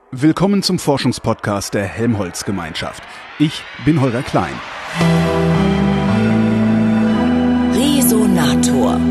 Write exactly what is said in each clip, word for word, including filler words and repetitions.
Willkommen zum Forschungspodcast der Helmholtz-Gemeinschaft. Ich bin Holger Klein. Resonator.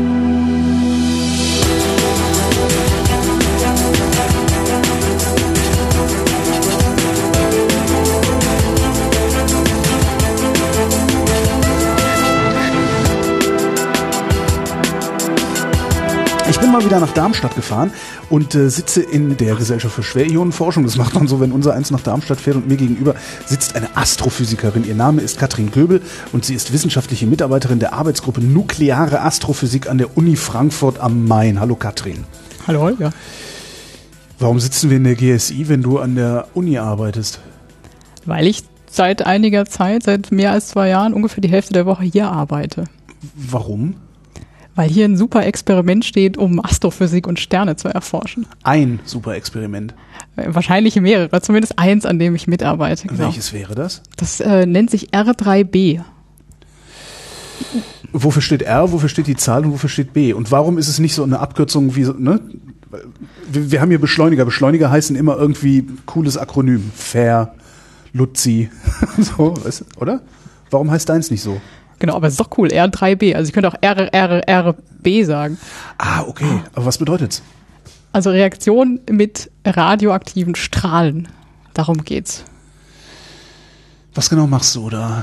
Ich bin mal wieder nach Darmstadt gefahren und äh, sitze in der Gesellschaft für Schwerionenforschung. Das macht man so, wenn unser eins nach Darmstadt fährt, und mir gegenüber sitzt eine Astrophysikerin. Ihr Name ist Katrin Göbel und sie ist wissenschaftliche Mitarbeiterin der Arbeitsgruppe Nukleare Astrophysik an der Uni Frankfurt am Main. Hallo Katrin. Hallo Holger. Warum sitzen wir in der G S I, wenn du an der Uni arbeitest? Weil ich seit einiger Zeit, seit mehr als zwei Jahren, ungefähr die Hälfte der Woche hier arbeite. Warum? Weil hier ein super Experiment steht, um Astrophysik und Sterne zu erforschen. Ein super Experiment. Wahrscheinlich mehrere, zumindest eins, an dem ich mitarbeite. Genau. Welches wäre das? Das äh, nennt sich R drei B. Wofür steht R, wofür steht die Zahl und wofür steht B? Und warum ist es nicht so eine Abkürzung wie so, ne? Wir, wir haben hier Beschleuniger. Beschleuniger heißen immer irgendwie cooles Akronym. Fair, Luzi, so, weißt du, oder? Warum heißt deins nicht so? Genau, aber es ist doch cool, R drei B. Also ich könnte auch R R R B sagen. Ah, okay. Aber was bedeutet's? Also Reaktion mit radioaktiven Strahlen. Darum geht's. Was genau machst du da?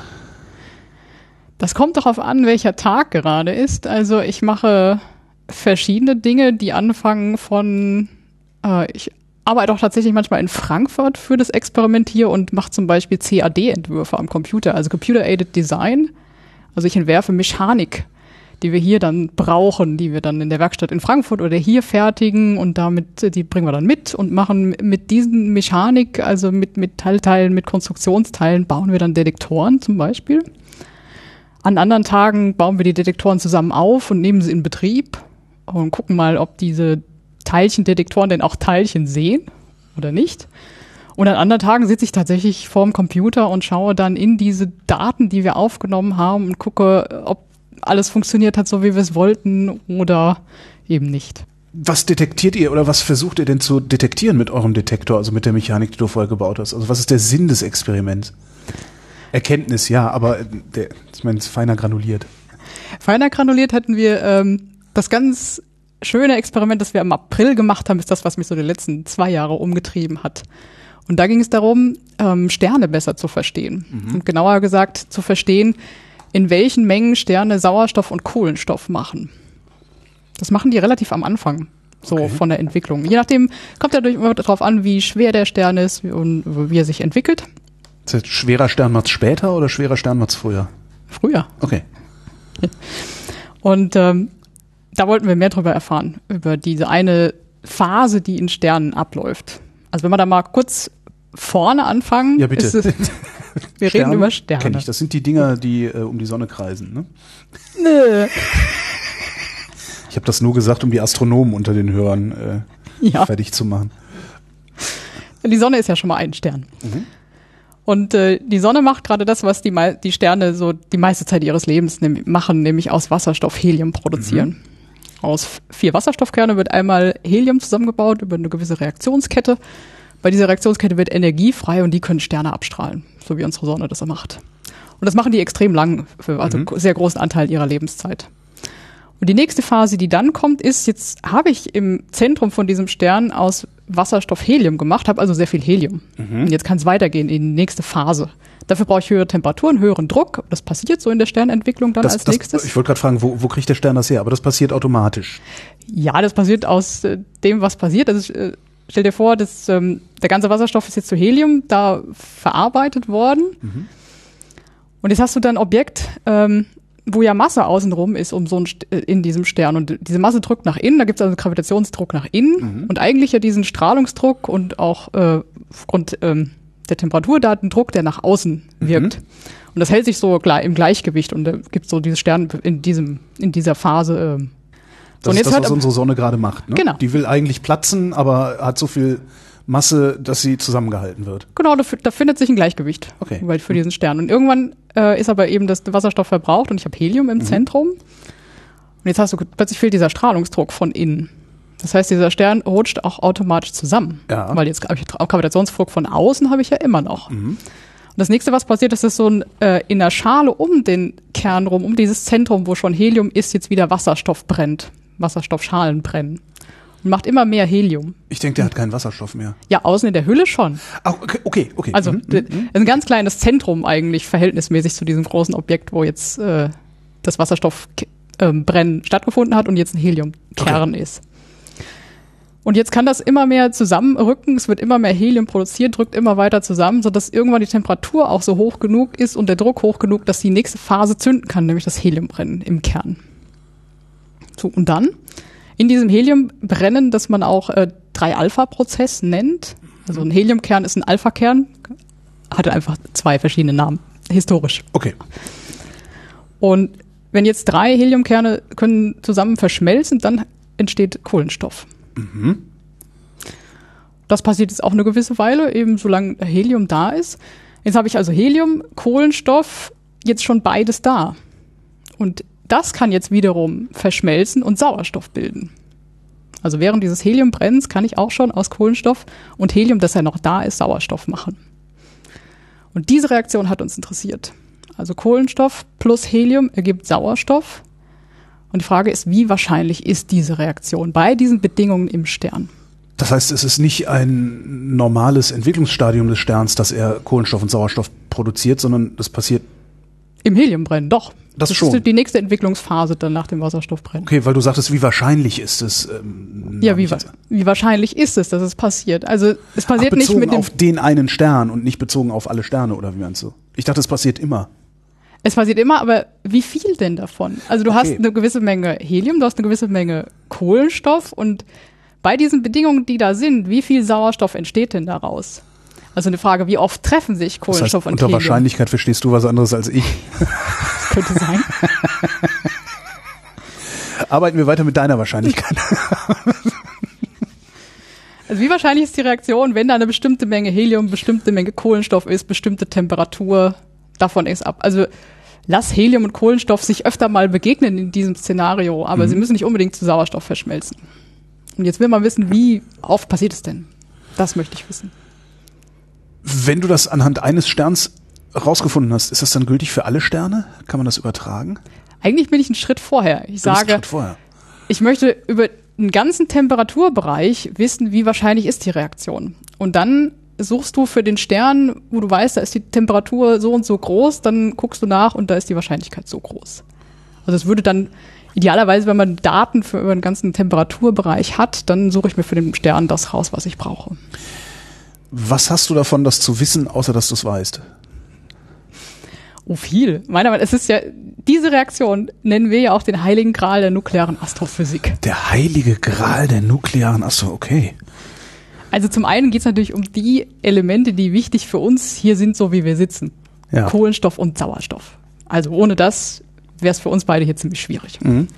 Das kommt darauf an, welcher Tag gerade ist. Also ich mache verschiedene Dinge, die anfangen von, äh, ich arbeite auch tatsächlich manchmal in Frankfurt für das Experiment hier und mache zum Beispiel C A D-Entwürfe am Computer, also Computer-Aided Design. Also ich entwerfe Mechanik, die wir hier dann brauchen, die wir dann in der Werkstatt in Frankfurt oder hier fertigen, und damit, die bringen wir dann mit und machen mit diesen Mechanik, also mit Metallteilen, mit Konstruktionsteilen, bauen wir dann Detektoren zum Beispiel. An anderen Tagen bauen wir die Detektoren zusammen auf und nehmen sie in Betrieb und gucken mal, ob diese Teilchendetektoren denn auch Teilchen sehen oder nicht. Und an anderen Tagen sitze ich tatsächlich vorm Computer und schaue dann in diese Daten, die wir aufgenommen haben, und gucke, ob alles funktioniert hat, so wie wir es wollten oder eben nicht. Was detektiert ihr oder was versucht ihr denn zu detektieren mit eurem Detektor, also mit der Mechanik, die du vorher gebaut hast? Also was ist der Sinn des Experiments? Erkenntnis, ja, aber der, ich meine, es ist feiner granuliert. Feiner granuliert hatten wir ähm, das ganz schöne Experiment, das wir im April gemacht haben, ist das, was mich so die letzten zwei Jahre umgetrieben hat. Und da ging es darum, ähm, Sterne besser zu verstehen. Mhm. Und genauer gesagt zu verstehen, in welchen Mengen Sterne Sauerstoff und Kohlenstoff machen. Das machen die relativ am Anfang, so okay, von der Entwicklung. Je nachdem, kommt ja immer darauf an, wie schwer der Stern ist und wie er sich entwickelt. Das heißt, schwerer Stern macht's später oder schwerer Stern macht's früher? Früher. Okay. Und ähm, da wollten wir mehr darüber erfahren, über diese eine Phase, die in Sternen abläuft. Also wenn wir da mal kurz vorne anfangen, ja, bitte. Ist es, wir Stern, reden über Sterne. Kenn ich. Das sind die Dinger, die äh, um die Sonne kreisen, ne? Nö. Ich habe das nur gesagt, um die Astronomen unter den Hörern äh, ja. fertig zu machen. Die Sonne ist ja schon mal ein Stern. Mhm. Und äh, die Sonne macht gerade das, was die, die Sterne so die meiste Zeit ihres Lebens nehm, machen, nämlich aus Wasserstoff Helium produzieren. Mhm. Aus vier Wasserstoffkerne wird einmal Helium zusammengebaut über eine gewisse Reaktionskette. Bei dieser Reaktionskette wird Energie frei und die können Sterne abstrahlen, so wie unsere Sonne das macht. Und das machen die extrem lang, für also mhm. sehr großen Anteil ihrer Lebenszeit. Und die nächste Phase, die dann kommt, ist, jetzt habe ich im Zentrum von diesem Stern aus Wasserstoff Helium gemacht, habe also sehr viel Helium. Mhm. Und jetzt kann es weitergehen in die nächste Phase. Dafür brauche ich höhere Temperaturen, höheren Druck. Das passiert so in der Sternentwicklung dann das, als das, nächstes. Ich wollte gerade fragen, wo, wo kriegt der Stern das her? Aber das passiert automatisch. Ja, das passiert aus äh, dem, was passiert. Also äh, stell dir vor, dass, ähm, der ganze Wasserstoff ist jetzt zu Helium da verarbeitet worden. Mhm. Und jetzt hast du dann ein Objekt, ähm, wo ja Masse außenrum ist um so ein St- in diesem Stern. Und diese Masse drückt nach innen, da gibt es also Gravitationsdruck nach innen. Mhm. Und eigentlich ja diesen Strahlungsdruck und auch äh, aufgrund ähm, der Temperatur da einen Druck, der nach außen wirkt. Mhm. Und das hält sich so klar im Gleichgewicht, und da gibt so dieses Stern in diesem in dieser Phase. Äh, das so, und ist jetzt das, hört, was unsere Sonne gerade macht. Ne? Genau. Die will eigentlich platzen, aber hat so viel Masse, dass sie zusammengehalten wird. Genau, da, da findet sich ein Gleichgewicht okay. weil für diesen Stern. Und irgendwann äh, ist aber eben das Wasserstoff verbraucht und ich habe Helium im mhm. Zentrum. Und jetzt hast du plötzlich fehlt dieser Strahlungsdruck von innen. Das heißt, dieser Stern rutscht auch automatisch zusammen. Ja. Weil jetzt Gravitationsdruck von außen habe ich ja immer noch. Mhm. Und das nächste, was passiert, ist, dass so ein, äh, in der Schale um den Kern rum, um dieses Zentrum, wo schon Helium ist, jetzt wieder Wasserstoff brennt. Wasserstoffschalen brennen. Und macht immer mehr Helium. Ich denke, der hat keinen Wasserstoff mehr. Ja, außen in der Hülle schon. Ach, okay, okay. okay. Also mhm. d- ein ganz kleines Zentrum eigentlich, verhältnismäßig zu diesem großen Objekt, wo jetzt äh, das Wasserstoffbrennen stattgefunden hat und jetzt ein Heliumkern okay. ist. Und jetzt kann das immer mehr zusammenrücken, es wird immer mehr Helium produziert, drückt immer weiter zusammen, sodass irgendwann die Temperatur auch so hoch genug ist und der Druck hoch genug, dass die nächste Phase zünden kann, nämlich das Heliumbrennen im Kern. So, und dann in diesem Heliumbrennen, das man auch äh, drei Alpha Prozess nennt, also ein Heliumkern ist ein Alpha-Kern, hatte einfach zwei verschiedene Namen, historisch. Okay. Und wenn jetzt drei Heliumkerne können zusammen verschmelzen, dann entsteht Kohlenstoff. Mhm. Das passiert jetzt auch eine gewisse Weile, eben solange Helium da ist. Jetzt habe ich also Helium, Kohlenstoff, jetzt schon beides da. Und das kann jetzt wiederum verschmelzen und Sauerstoff bilden. Also während dieses Heliumbrennens kann ich auch schon aus Kohlenstoff und Helium, das ja noch da ist, Sauerstoff machen. Und diese Reaktion hat uns interessiert. Also Kohlenstoff plus Helium ergibt Sauerstoff. Und die Frage ist, wie wahrscheinlich ist diese Reaktion bei diesen Bedingungen im Stern? Das heißt, es ist nicht ein normales Entwicklungsstadium des Sterns, dass er Kohlenstoff und Sauerstoff produziert, sondern das passiert im Heliumbrennen, doch. Das, das schon. ist die nächste Entwicklungsphase dann nach dem Wasserstoffbrennen. Okay, weil du sagtest, wie wahrscheinlich ist es? Ähm, ja, wie, wa- wie wahrscheinlich ist es, dass es passiert? Also es passiert Ach, nicht mit dem auf den einen Stern und nicht bezogen auf alle Sterne, oder wie meinst du? Ich dachte, es passiert immer. Es passiert immer, aber wie viel denn davon? Also du okay. hast eine gewisse Menge Helium, du hast eine gewisse Menge Kohlenstoff und bei diesen Bedingungen, die da sind, wie viel Sauerstoff entsteht denn daraus? Also eine Frage, wie oft treffen sich Kohlenstoff das heißt, und unter Helium? Unter Wahrscheinlichkeit verstehst du was anderes als ich. Das könnte sein. Arbeiten wir weiter mit deiner Wahrscheinlichkeit. Also wie wahrscheinlich ist die Reaktion, wenn da eine bestimmte Menge Helium, bestimmte Menge Kohlenstoff ist, bestimmte Temperatur, davon ist ab. Also lass Helium und Kohlenstoff sich öfter mal begegnen in diesem Szenario, aber mhm. sie müssen nicht unbedingt zu Sauerstoff verschmelzen. Und jetzt will man wissen, wie oft passiert es denn? Das möchte ich wissen. Wenn du das anhand eines Sterns rausgefunden hast, ist das dann gültig für alle Sterne? Kann man das übertragen? Eigentlich bin ich einen Schritt vorher. Ich du sage, bist einen Schritt vorher. Ich möchte über einen ganzen Temperaturbereich wissen, wie wahrscheinlich ist die Reaktion. Und dann suchst du für den Stern, wo du weißt, da ist die Temperatur so und so groß, dann guckst du nach und da ist die Wahrscheinlichkeit so groß. Also es würde dann idealerweise, wenn man Daten für über einen ganzen Temperaturbereich hat, dann suche ich mir für den Stern das raus, was ich brauche. Was hast du davon, das zu wissen, außer dass du es weißt? Oh, viel. Meiner Meinung nach, es ist ja, diese Reaktion nennen wir ja auch den heiligen Gral der nuklearen Astrophysik. Der heilige Gral der nuklearen Astro, okay. Also zum einen geht es natürlich um die Elemente, die wichtig für uns hier sind, so wie wir sitzen. Ja. Kohlenstoff und Sauerstoff. Also ohne das wäre es für uns beide hier ziemlich schwierig. Mhm.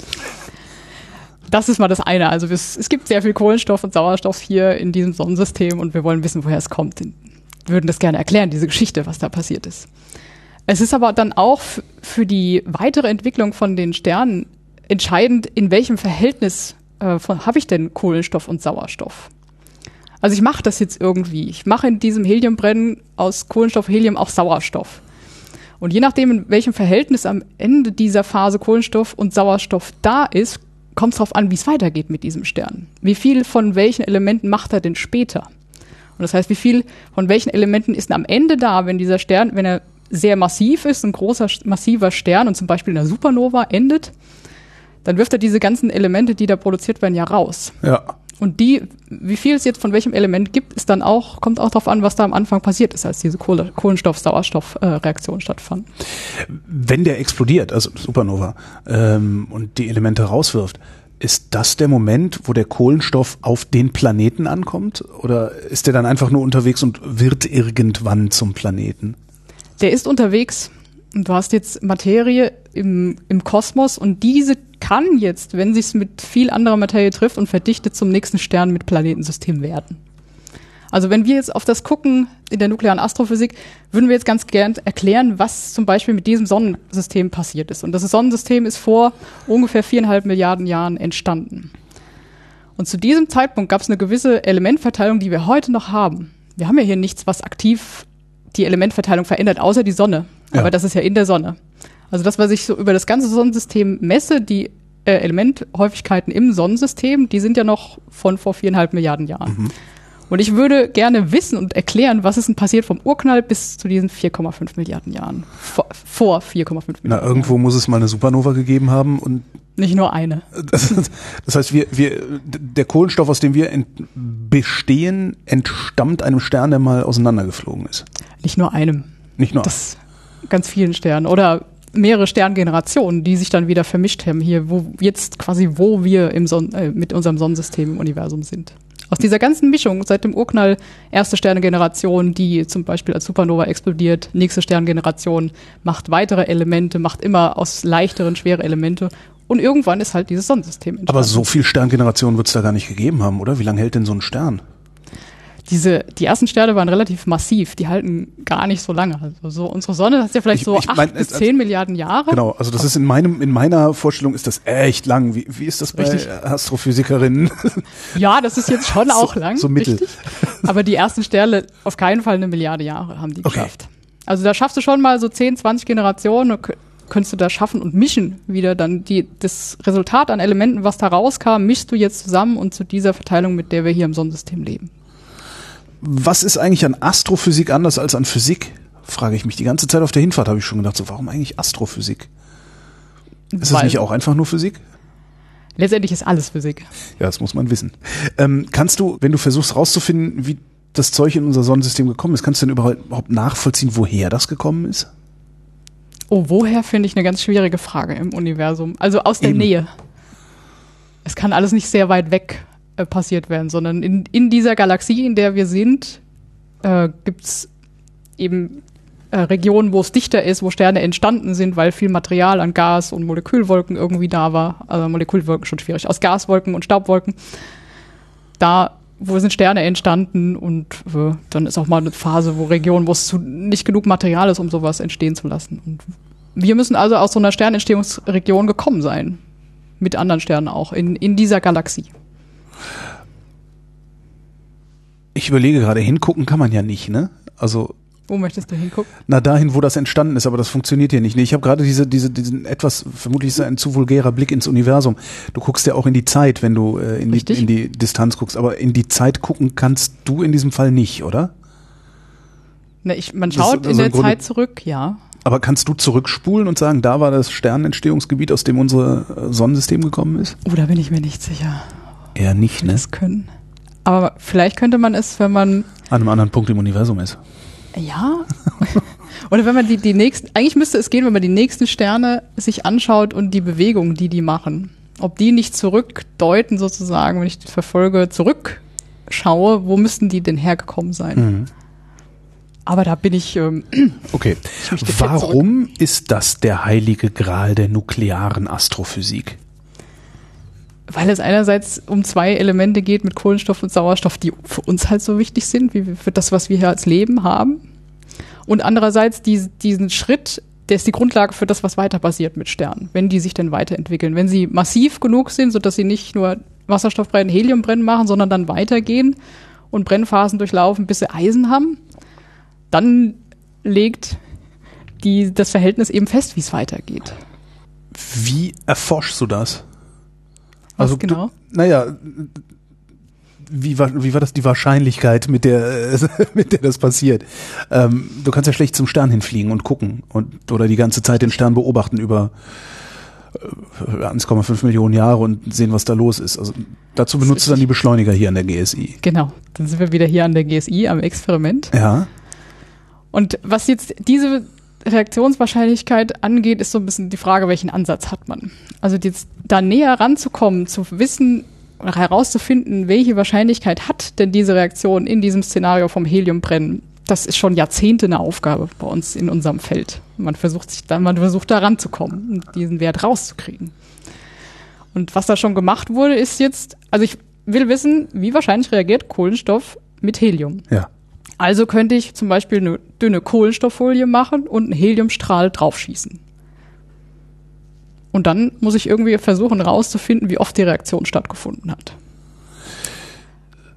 Das ist mal das eine. Also es, es gibt sehr viel Kohlenstoff und Sauerstoff hier in diesem Sonnensystem und wir wollen wissen, woher es kommt. Wir würden das gerne erklären, diese Geschichte, was da passiert ist. Es ist aber dann auch f- für die weitere Entwicklung von den Sternen entscheidend, in welchem Verhältnis äh, von habe ich denn Kohlenstoff und Sauerstoff. Also ich mache das jetzt irgendwie. Ich mache in diesem Heliumbrennen aus Kohlenstoff, Helium auch Sauerstoff. Und je nachdem, in welchem Verhältnis am Ende dieser Phase Kohlenstoff und Sauerstoff da ist, kommt es darauf an, wie es weitergeht mit diesem Stern. Wie viel von welchen Elementen macht er denn später? Und das heißt, wie viel von welchen Elementen ist denn am Ende da, wenn dieser Stern, wenn er sehr massiv ist, ein großer, massiver Stern und zum Beispiel in einer Supernova endet, dann wirft er diese ganzen Elemente, die da produziert werden, ja raus. Ja. Und die, wie viel es jetzt von welchem Element gibt, ist dann auch, kommt auch darauf an, was da am Anfang passiert ist, als diese Kohle, Kohlenstoff-Sauerstoff-Reaktion stattfand. Wenn der explodiert, also Supernova, ähm, und die Elemente rauswirft, ist das der Moment, wo der Kohlenstoff auf den Planeten ankommt? Oder ist der dann einfach nur unterwegs und wird irgendwann zum Planeten? Der ist unterwegs und du hast jetzt Materie im, im Kosmos und diese kann jetzt, wenn sie es mit viel anderer Materie trifft und verdichtet, zum nächsten Stern mit Planetensystem werden. Also wenn wir jetzt auf das gucken in der nuklearen Astrophysik, würden wir jetzt ganz gern erklären, was zum Beispiel mit diesem Sonnensystem passiert ist. Und das Sonnensystem ist vor ungefähr viereinhalb Milliarden Jahren entstanden. Und zu diesem Zeitpunkt gab es eine gewisse Elementverteilung, die wir heute noch haben. Wir haben ja hier nichts, was aktiv die Elementverteilung verändert, außer die Sonne. Ja. Aber das ist ja in der Sonne. Also das, was ich so über das ganze Sonnensystem messe, die äh, Elementhäufigkeiten im Sonnensystem, die sind ja noch von vor viereinhalb Milliarden Jahren. Mhm. Und ich würde gerne wissen und erklären, was ist denn passiert vom Urknall bis zu diesen vier Komma fünf Milliarden Jahren. Vor, vor vier Komma fünf Milliarden Na, irgendwo Jahren. muss es mal eine Supernova gegeben haben und Nicht nur eine. das, das heißt, wir, wir, der Kohlenstoff, aus dem wir ent, bestehen, entstammt einem Stern, der mal auseinandergeflogen ist. Nicht nur einem. Nicht nur Das ganz vielen Sternen. Oder mehrere Sterngenerationen, die sich dann wieder vermischt haben hier, wo jetzt quasi, wo wir im Son- äh, mit unserem Sonnensystem im Universum sind. Aus dieser ganzen Mischung, seit dem Urknall, erste Sternengeneration, die zum Beispiel als Supernova explodiert, nächste Sternengeneration macht weitere Elemente, macht immer aus leichteren schwere Elemente und irgendwann ist halt dieses Sonnensystem entstanden. Aber so viel Sterngenerationen wird es da gar nicht gegeben haben, oder? Wie lange hält denn so ein Stern? Diese, die ersten Sterne waren relativ massiv, die halten gar nicht so lange. Also so, unsere Sonne hat ja vielleicht Ich- so ich acht mein, bis es- zehn Milliarden Jahre. Genau, also das ist in meinem, in meiner Vorstellung ist das echt lang. Wie, wie ist das bei Richtig. Astrophysikerinnen? Ja, das ist jetzt schon auch So- lang. so mittel. Richtig. Aber die ersten Sterne, auf keinen Fall eine Milliarde Jahre haben die Okay. geschafft. Also da schaffst du schon mal so zehn, zwanzig Generationen, k- könntest du da schaffen und mischen wieder dann die, das Resultat an Elementen, was da rauskam, mischst du jetzt zusammen und zu dieser Verteilung, mit der wir hier im Sonnensystem leben. Was ist eigentlich an Astrophysik anders als an Physik? Frage ich mich. Die ganze Zeit auf der Hinfahrt habe ich schon gedacht, so warum eigentlich Astrophysik? Ist das Weil nicht auch einfach nur Physik? letztendlich ist alles Physik. Ja, das muss man wissen. Ähm, kannst du, wenn du versuchst rauszufinden, wie das Zeug in unser Sonnensystem gekommen ist, kannst du denn überhaupt nachvollziehen, woher das gekommen ist? Oh, woher finde ich eine ganz schwierige Frage im Universum? Also aus der Eben. Nähe. Es kann alles nicht sehr weit weg äh, passiert werden, sondern in, in dieser Galaxie, in der wir sind, äh, gibt es eben äh, Regionen, wo es dichter ist, wo Sterne entstanden sind, weil viel Material an Gas- und Molekülwolken irgendwie da war. Also Molekülwolken schon schwierig. Aus Gaswolken und Staubwolken. Da wo sind Sterne entstanden und äh, dann ist auch mal eine Phase, wo Regionen, wo es zu, nicht genug Material ist, um sowas entstehen zu lassen. Und wir müssen also aus so einer Sternentstehungsregion gekommen sein. Mit anderen Sternen auch, in, in dieser Galaxie. Ich überlege gerade, hingucken kann man ja nicht, ne? Also Wo möchtest du hingucken? na dahin, wo das entstanden ist, aber das funktioniert hier nicht. Nee, ich habe gerade diese, diese, diesen etwas, vermutlich ist es ein zu vulgärer Blick ins Universum. Du guckst ja auch in die Zeit, wenn du äh, in, die, Richtig. in die Distanz guckst, aber in die Zeit gucken kannst du in diesem Fall nicht, oder? Na, ich, man Das- schaut also in der im Grunde- Zeit zurück, ja. Aber kannst du zurückspulen und sagen, da war das Sternentstehungsgebiet, aus dem unser äh, Sonnensystem gekommen ist? Oh, da bin ich mir nicht sicher, Eher nicht, wie ne? das können. Aber vielleicht könnte man es, wenn man An einem anderen Punkt im Universum ist. Ja. Oder wenn man die, die nächsten, eigentlich müsste es gehen, wenn man die nächsten Sterne sich anschaut und die Bewegungen, die die machen. Ob die nicht zurückdeuten sozusagen, wenn ich die verfolge, zurückschaue, wo müssten die denn hergekommen sein? Mhm. Aber da bin ich, ähm, Okay. ich möchte jetzt Warum ist das der heilige Gral der nuklearen Astrophysik? weil es einerseits um zwei Elemente geht mit Kohlenstoff und Sauerstoff, die für uns halt so wichtig sind, wie für das, was wir hier als Leben haben. Und andererseits die, diesen Schritt, der ist die Grundlage für das, was weiter passiert mit Sternen, wenn die sich denn weiterentwickeln. Wenn sie massiv genug sind, sodass sie nicht nur Wasserstoffbrennen, Heliumbrennen machen, sondern dann weitergehen und Brennphasen durchlaufen, bis sie Eisen haben, dann legt die, das Verhältnis eben fest, wie es weitergeht. Wie erforschst du das? Was Also, genau? Du, naja, wie war, wie war das die Wahrscheinlichkeit, mit der, äh, mit der das passiert? Ähm, du kannst ja schlecht zum Stern hinfliegen und gucken und oder die ganze Zeit den Stern beobachten über äh, eins Komma fünf Millionen Jahre und sehen, was da los ist. Also dazu benutzt du dann die Beschleuniger hier an der G S I. Genau, dann sind wir wieder hier an der G S I am Experiment. Ja. Und was jetzt diese Reaktionswahrscheinlichkeit angeht, ist so ein bisschen die Frage, welchen Ansatz hat man. Also jetzt da näher ranzukommen, zu wissen oder herauszufinden, welche Wahrscheinlichkeit hat denn diese Reaktion in diesem Szenario vom Heliumbrennen, das ist schon Jahrzehnte eine Aufgabe bei uns in unserem Feld. Man versucht sich da, man versucht da ranzukommen und diesen Wert rauszukriegen. Und was da schon gemacht wurde, ist jetzt, also ich will wissen, wie wahrscheinlich reagiert Kohlenstoff mit Helium. Ja. Also könnte ich zum Beispiel eine dünne Kohlenstofffolie machen und einen Heliumstrahl draufschießen. Und dann muss ich irgendwie versuchen rauszufinden, wie oft die Reaktion stattgefunden hat.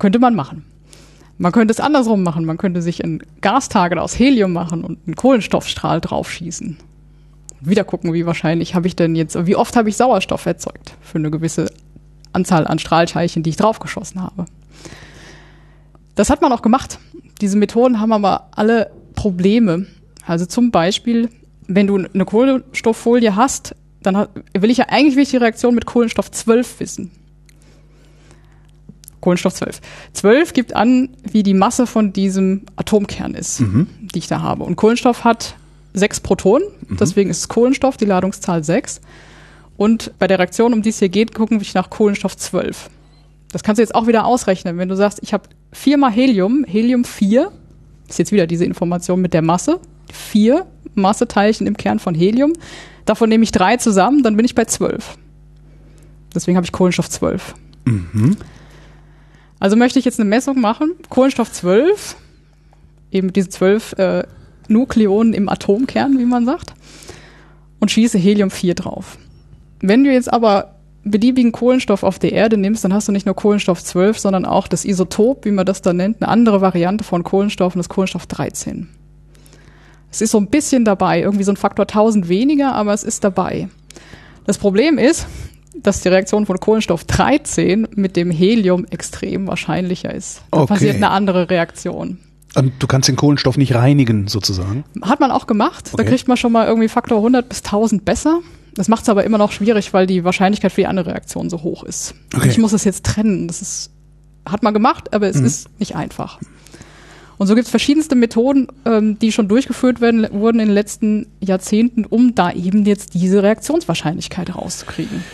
Könnte man machen. Man könnte es andersrum machen. Man könnte sich einen Gastager aus Helium machen und einen Kohlenstoffstrahl draufschießen. Und wieder gucken, wie wahrscheinlich habe ich denn jetzt, wie oft habe ich Sauerstoff erzeugt für eine gewisse Anzahl an Strahlteilchen, die ich draufgeschossen habe. Das hat man auch gemacht. Diese Methoden haben aber alle Probleme. Also zum Beispiel, wenn du eine Kohlenstofffolie hast, dann hat, will ich ja eigentlich will ich die Reaktion mit Kohlenstoff zwölf wissen. Kohlenstoff zwölf. zwölf gibt an, wie die Masse von diesem Atomkern ist, mhm. die ich da habe. Und Kohlenstoff hat sechs Protonen, mhm. deswegen ist es Kohlenstoff, die Ladungszahl sechs. Und bei der Reaktion, um die es hier geht, gucken wir nach Kohlenstoff zwölf. Das kannst du jetzt auch wieder ausrechnen. Wenn du sagst, ich habe viermal Helium, Helium vier, ist jetzt wieder diese Information mit der Masse, vier Masseteilchen im Kern von Helium, davon nehme ich drei zusammen, dann bin ich bei zwölf. Deswegen habe ich Kohlenstoff zwölf. Mhm. Also möchte ich jetzt eine Messung machen, Kohlenstoff zwölf, eben diese zwölf äh, Nukleonen im Atomkern, wie man sagt, und schieße Helium vier drauf. Wenn du jetzt aber beliebigen Kohlenstoff auf der Erde nimmst, dann hast du nicht nur Kohlenstoff zwölf, sondern auch das Isotop, wie man das da nennt, eine andere Variante von Kohlenstoff, und das Kohlenstoff dreizehn. Es ist so ein bisschen dabei, irgendwie so ein Faktor tausend weniger, aber es ist dabei. Das Problem ist, dass die Reaktion von Kohlenstoff dreizehn mit dem Helium extrem wahrscheinlicher ist. Da okay. passiert eine andere Reaktion. Und du kannst den Kohlenstoff nicht reinigen, sozusagen? Hat man auch gemacht. Okay. Da kriegt man schon mal irgendwie Faktor hundert bis tausend besser. Das macht es aber immer noch schwierig, weil die Wahrscheinlichkeit für die andere Reaktion so hoch ist. Okay. Ich muss es jetzt trennen. Das ist, hat man gemacht, aber es mhm. ist nicht einfach. Und so gibt es verschiedenste Methoden, ähm, die schon durchgeführt werden, wurden in den letzten Jahrzehnten, um da eben jetzt diese Reaktionswahrscheinlichkeit rauszukriegen.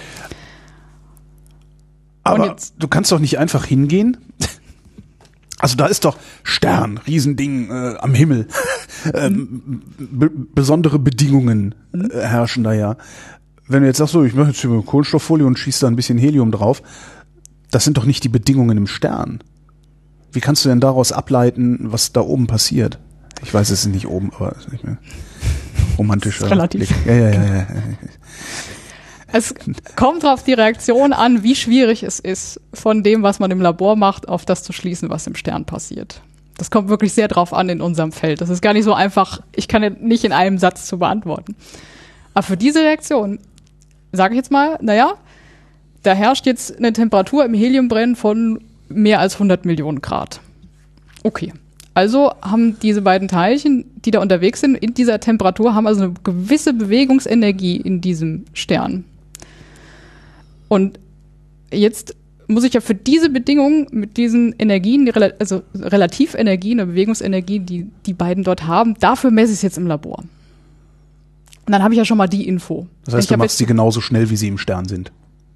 Aber jetzt, du kannst doch nicht einfach hingehen. Also da ist doch Stern, Riesending äh, am Himmel. ähm, be- besondere Bedingungen äh, herrschen da ja. Wenn du jetzt sagst, so, ich mache jetzt hier eine Kohlenstofffolie und schieße da ein bisschen Helium drauf, das sind doch nicht die Bedingungen im Stern. Wie kannst du denn daraus ableiten, was da oben passiert? Ich weiß, es ist nicht oben, aber es ist nicht mehr romantisch. Relativ. Ja, ja, ja, ja. Es kommt auf die Reaktion an, wie schwierig es ist, von dem, was man im Labor macht, auf das zu schließen, was im Stern passiert. Das kommt wirklich sehr drauf an in unserem Feld. Das ist gar nicht so einfach, ich kann nicht in einem Satz zu beantworten. Aber für diese Reaktion sage ich jetzt mal, naja, da herrscht jetzt eine Temperatur im Heliumbrennen von mehr als hundert Millionen Grad. Okay. Also haben diese beiden Teilchen, die da unterwegs sind, in dieser Temperatur, haben also eine gewisse Bewegungsenergie in diesem Stern. Und jetzt muss ich ja für diese Bedingungen mit diesen Energien, also Relativenergie, eine Bewegungsenergie, die die beiden dort haben, dafür messe ich es jetzt im Labor. Und dann habe ich ja schon mal die Info. Das heißt, du machst sie genauso schnell, wie sie im Stern sind?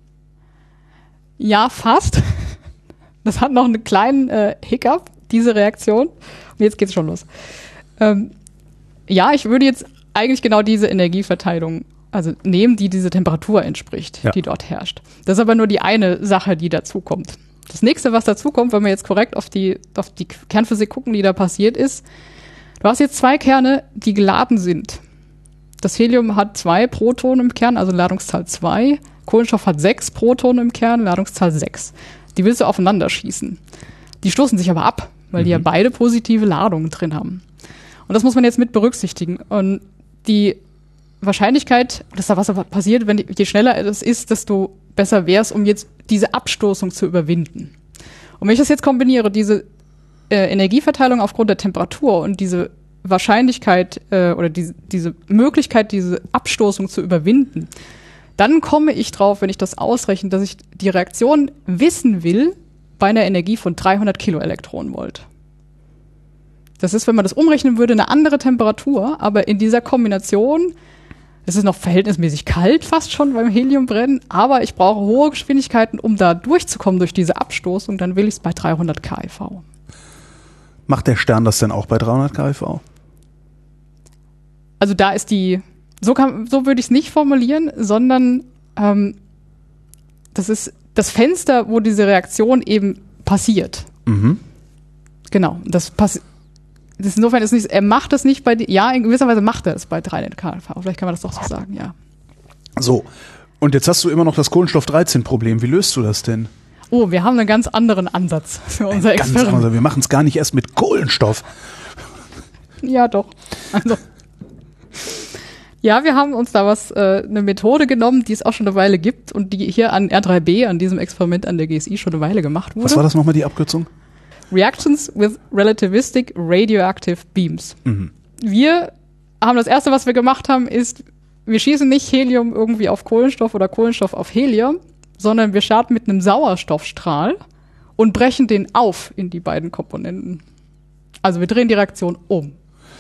Ja, fast. Das hat noch einen kleinen äh, Hiccup, diese Reaktion. Und jetzt geht's schon los. Ähm, ja, ich würde jetzt eigentlich genau diese Energieverteilung also nehmen, die diese Temperatur entspricht, ja. die dort herrscht. Das ist aber nur die eine Sache, die dazukommt. Das nächste, was dazukommt, wenn wir jetzt korrekt auf die, auf die Kernphysik gucken, die da passiert ist, du hast jetzt zwei Kerne, die geladen sind. Das Helium hat zwei Protonen im Kern, also Ladungszahl zwei. Kohlenstoff hat sechs Protonen im Kern, Ladungszahl sechs. Die willst du aufeinander schießen. Die stoßen sich aber ab, weil mhm. die ja beide positive Ladungen drin haben. Und das muss man jetzt mit berücksichtigen. Und die Wahrscheinlichkeit, dass da was passiert, wenn die, je schneller es ist, desto besser wäre es, um jetzt diese Abstoßung zu überwinden. Und wenn ich das jetzt kombiniere, diese äh, Energieverteilung aufgrund der Temperatur und diese Wahrscheinlichkeit äh, oder diese, diese Möglichkeit, diese Abstoßung zu überwinden, dann komme ich drauf, wenn ich das ausrechne, dass ich die Reaktion wissen will bei einer Energie von dreihundert Kiloelektronenvolt. Das ist, wenn man das umrechnen würde, eine andere Temperatur, aber in dieser Kombination, es ist noch verhältnismäßig kalt fast schon beim Heliumbrennen, aber ich brauche hohe Geschwindigkeiten, um da durchzukommen durch diese Abstoßung, dann will ich es bei dreihundert keV. Macht der Stern das denn auch bei dreihundert keV? Also da ist die, so, kann, so würde ich es nicht formulieren, sondern ähm, das ist das Fenster, wo diese Reaktion eben passiert. Mhm. Genau, das passiert. Insofern ist nicht, er macht das nicht bei, ja, in gewisser Weise macht er es bei dreihundert keV. Vielleicht kann man das doch so sagen, ja. So, und jetzt hast du immer noch das Kohlenstoff dreizehn Problem. Wie löst du das denn? oh, wir haben einen ganz anderen Ansatz für unser Ein ganz Experiment. anderer. Wir machen es gar nicht erst mit Kohlenstoff. Ja, doch. Also, ja, wir haben uns da was, äh, eine Methode genommen, die es auch schon eine Weile gibt und die hier an R drei B, an diesem Experiment an der G S I schon eine Weile gemacht wurde. Was war das nochmal, die Abkürzung? Reactions with Relativistic Radioactive Beams. Mhm. Wir haben das erste, was wir gemacht haben, ist, wir schießen nicht Helium irgendwie auf Kohlenstoff oder Kohlenstoff auf Helium, sondern wir starten mit einem Sauerstoffstrahl und brechen den auf in die beiden Komponenten. Also wir drehen die Reaktion um.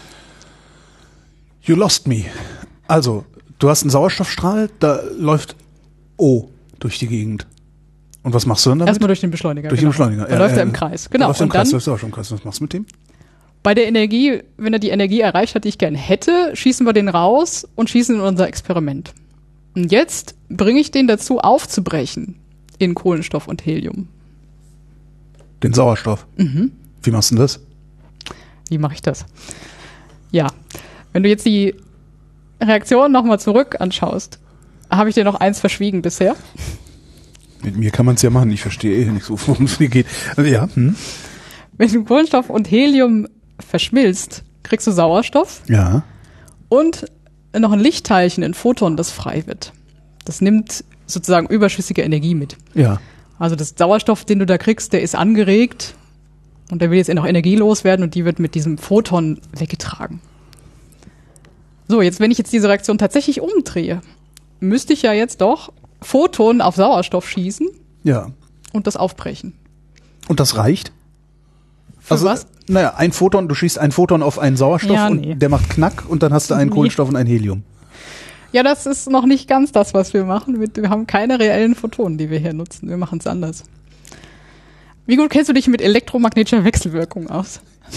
You lost me. Also, du hast einen Sauerstoffstrahl, da läuft O durch die Gegend. Und was machst du dann damit? Erstmal durch den Beschleuniger. Durch genau. den Beschleuniger. Dann ja, läuft ja, er im Kreis. Genau. Läuft er im Und Kreis, dann läuft er auch schon im Kreis. Was machst du mit dem? bei der Energie, wenn er die Energie erreicht hat, die ich gerne hätte, schießen wir den raus und schießen in unser Experiment. Und jetzt bringe ich den dazu, aufzubrechen in Kohlenstoff und Helium. Den Sauerstoff? Mhm. Wie machst du denn das? Wie mache ich das? Ja, wenn du jetzt die Reaktion nochmal zurück anschaust, habe ich dir noch eins verschwiegen bisher. Mit mir kann man es ja machen, ich verstehe eh nicht so, worum es hier geht. Also, ja. Hm. Wenn du Kohlenstoff und Helium verschmilzt, kriegst du Sauerstoff Ja. und noch ein Lichtteilchen, ein Photon, das frei wird. Das nimmt sozusagen überschüssige Energie mit. Ja. Also das Sauerstoff, den du da kriegst, der ist angeregt und der will jetzt noch Energie loswerden und die wird mit diesem Photon weggetragen. So, jetzt, wenn ich jetzt diese Reaktion tatsächlich umdrehe, müsste ich ja jetzt doch Photonen auf Sauerstoff schießen Ja. und das aufbrechen. Und das reicht? Für also, was? Naja, ein Photon, du schießt ein Photon auf einen Sauerstoff Ja, nee. und der macht Knack und dann hast du einen Nee. Kohlenstoff und ein Helium. Ja, das ist noch nicht ganz das, was wir machen. Wir, wir haben keine reellen Photonen, die wir hier nutzen. Wir machen es anders. Wie gut kennst du dich mit elektromagnetischer Wechselwirkung aus?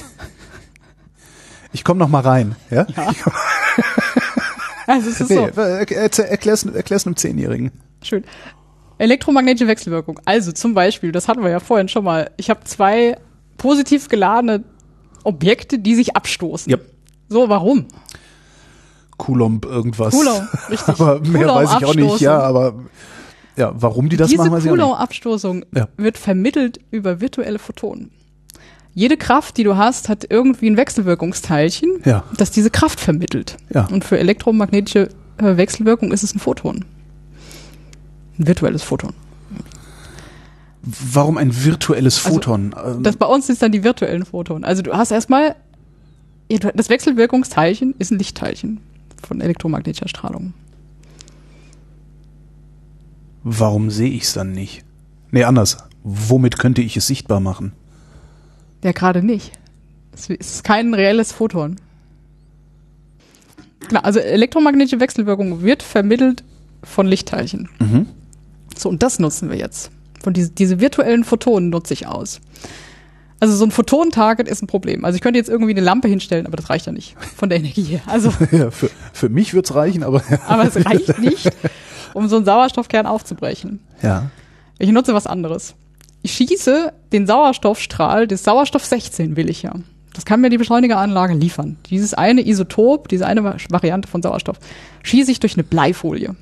Ich komme noch mal rein. Ja? Ja. Also es ist Nee, so. er- erzähl- erklär's, erklär's einem Zehnjährigen. Schön. Elektromagnetische Wechselwirkung. Also zum Beispiel, das hatten wir ja vorhin schon mal. Ich habe zwei positiv geladene Objekte, die sich abstoßen. Ja. So, warum? Coulomb irgendwas. Coulomb, richtig. Aber mehr weiß ich auch nicht. Ja, aber ja, warum die das Diese machen, weiß ich auch nicht. Coulomb-Abstoßung Ja. wird vermittelt über virtuelle Photonen. Jede Kraft, die du hast, hat irgendwie ein Wechselwirkungsteilchen, Ja. das diese Kraft vermittelt. Ja. Und für elektromagnetische äh, Wechselwirkung ist es ein Photon. Ein virtuelles Photon. Warum ein virtuelles Photon? Ähm, Das bei uns ist dann die virtuellen Photonen. Also du hast erstmal, ja, du- das Wechselwirkungsteilchen ist ein Lichtteilchen von elektromagnetischer Strahlung. Warum sehe ich es dann nicht? Nee, anders. Womit könnte ich es sichtbar machen? Ja, gerade nicht. Es ist kein reelles Photon. Genau, also elektromagnetische Wechselwirkung wird vermittelt von Lichtteilchen. Mhm. So, und das nutzen wir jetzt. Von diese, diese virtuellen Photonen nutze ich aus. Also so ein Photon-Target ist ein Problem. Also ich könnte jetzt irgendwie eine Lampe hinstellen, aber das reicht ja nicht von der Energie her. Also, Ja, für, für mich wird's reichen, aber aber es reicht nicht, um so einen Sauerstoffkern aufzubrechen. ja. Ich nutze was anderes. Ich schieße den Sauerstoffstrahl des Sauerstoff sechzehn will ich ja. Das kann mir die Beschleunigeranlage liefern. Dieses eine Isotop, diese eine Variante von Sauerstoff, schieße ich durch eine Bleifolie.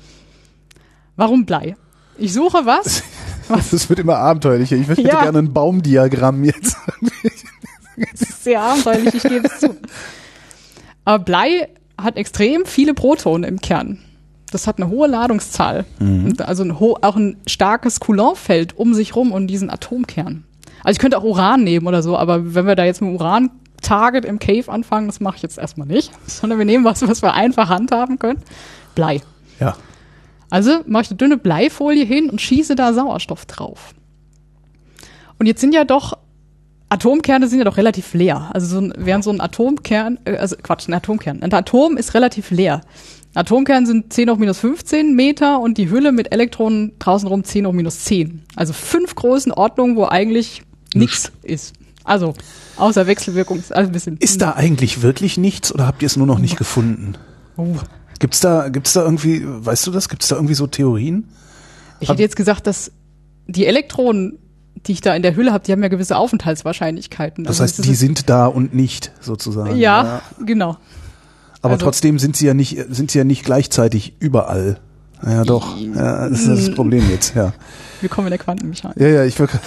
Warum Blei? Ich suche was. was Das wird immer abenteuerlicher. Ich hätte Ja. gerne ein Baumdiagramm jetzt. das ist sehr abenteuerlich, ich gebe es zu. Aber Blei hat extrem viele Protonen im Kern. Das hat eine hohe Ladungszahl. Und also ein ho- auch ein starkes Coulomb-Feld um sich rum und diesen Atomkern. Also ich könnte auch Uran nehmen oder so, aber wenn wir da jetzt mit dem Uran-Target im Cave anfangen, das mache ich jetzt erstmal nicht. Sondern wir nehmen was, was wir einfach handhaben können. Blei. Ja. Also mache ich eine dünne Bleifolie hin und schieße da Sauerstoff drauf. Und jetzt sind ja doch, Atomkerne sind ja doch relativ leer. Also so ein, während so ein Atomkern, äh, also Quatsch, ein Atomkern. Ein Atom ist relativ leer. Atomkern sind zehn hoch minus fünfzehn Meter und die Hülle mit Elektronen draußen rum zehn hoch minus zehn. Also fünf Größenordnungen, wo eigentlich nichts ist. Also, außer Wechselwirkung ist alles ein bisschen. Ist da eigentlich wirklich nichts oder habt ihr es nur noch nicht gefunden? Oh. Gibt's da, gibt's da irgendwie, weißt du das? Gibt's da irgendwie so Theorien? Ich hätte jetzt gesagt, dass die Elektronen, die ich da in der Hülle habe, die haben ja gewisse Aufenthaltswahrscheinlichkeiten. Das Also heißt, es die ist- sind da und nicht sozusagen. Ja, genau. Aber also- trotzdem sind sie ja nicht, sind sie ja nicht gleichzeitig überall, Ja, doch. Ja, das ist das Problem jetzt, ja. Willkommen in der Quantenmechanik. Ja, ja, ich will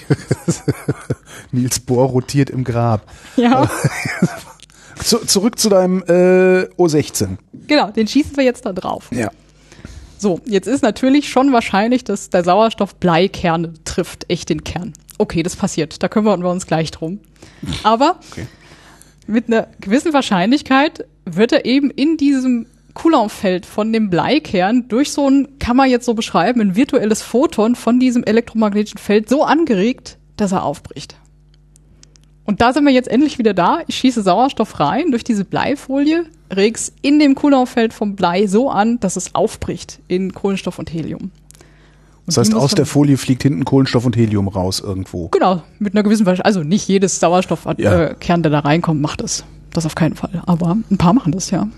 Niels Bohr rotiert im Grab. Ja. Zu, zurück zu deinem äh, O sechzehn. Genau, den schießen wir jetzt da drauf. Ja. So, jetzt ist natürlich schon wahrscheinlich, dass der Sauerstoff Bleikerne trifft, echt den Kern. Okay, das passiert, da kümmern wir uns gleich drum. Aber okay. Mit einer gewissen Wahrscheinlichkeit wird er eben in diesem Coulomb-Feld von dem Bleikern durch so ein, kann man jetzt so beschreiben, ein virtuelles Photon von diesem elektromagnetischen Feld so angeregt, dass er aufbricht. Und da sind wir jetzt endlich wieder da. Ich schieße Sauerstoff rein durch diese Bleifolie, reg's in dem Coulomb-Feld vom Blei so an, dass es aufbricht in Kohlenstoff und Helium. Und das heißt, aus der Folie fliegt hinten Kohlenstoff und Helium raus irgendwo. Genau, mit einer gewissen Wahrscheinlichkeit. Also nicht jedes Sauerstoffkern, ja. äh, der da reinkommt, macht das. Das auf keinen Fall. Aber ein paar machen das, ja.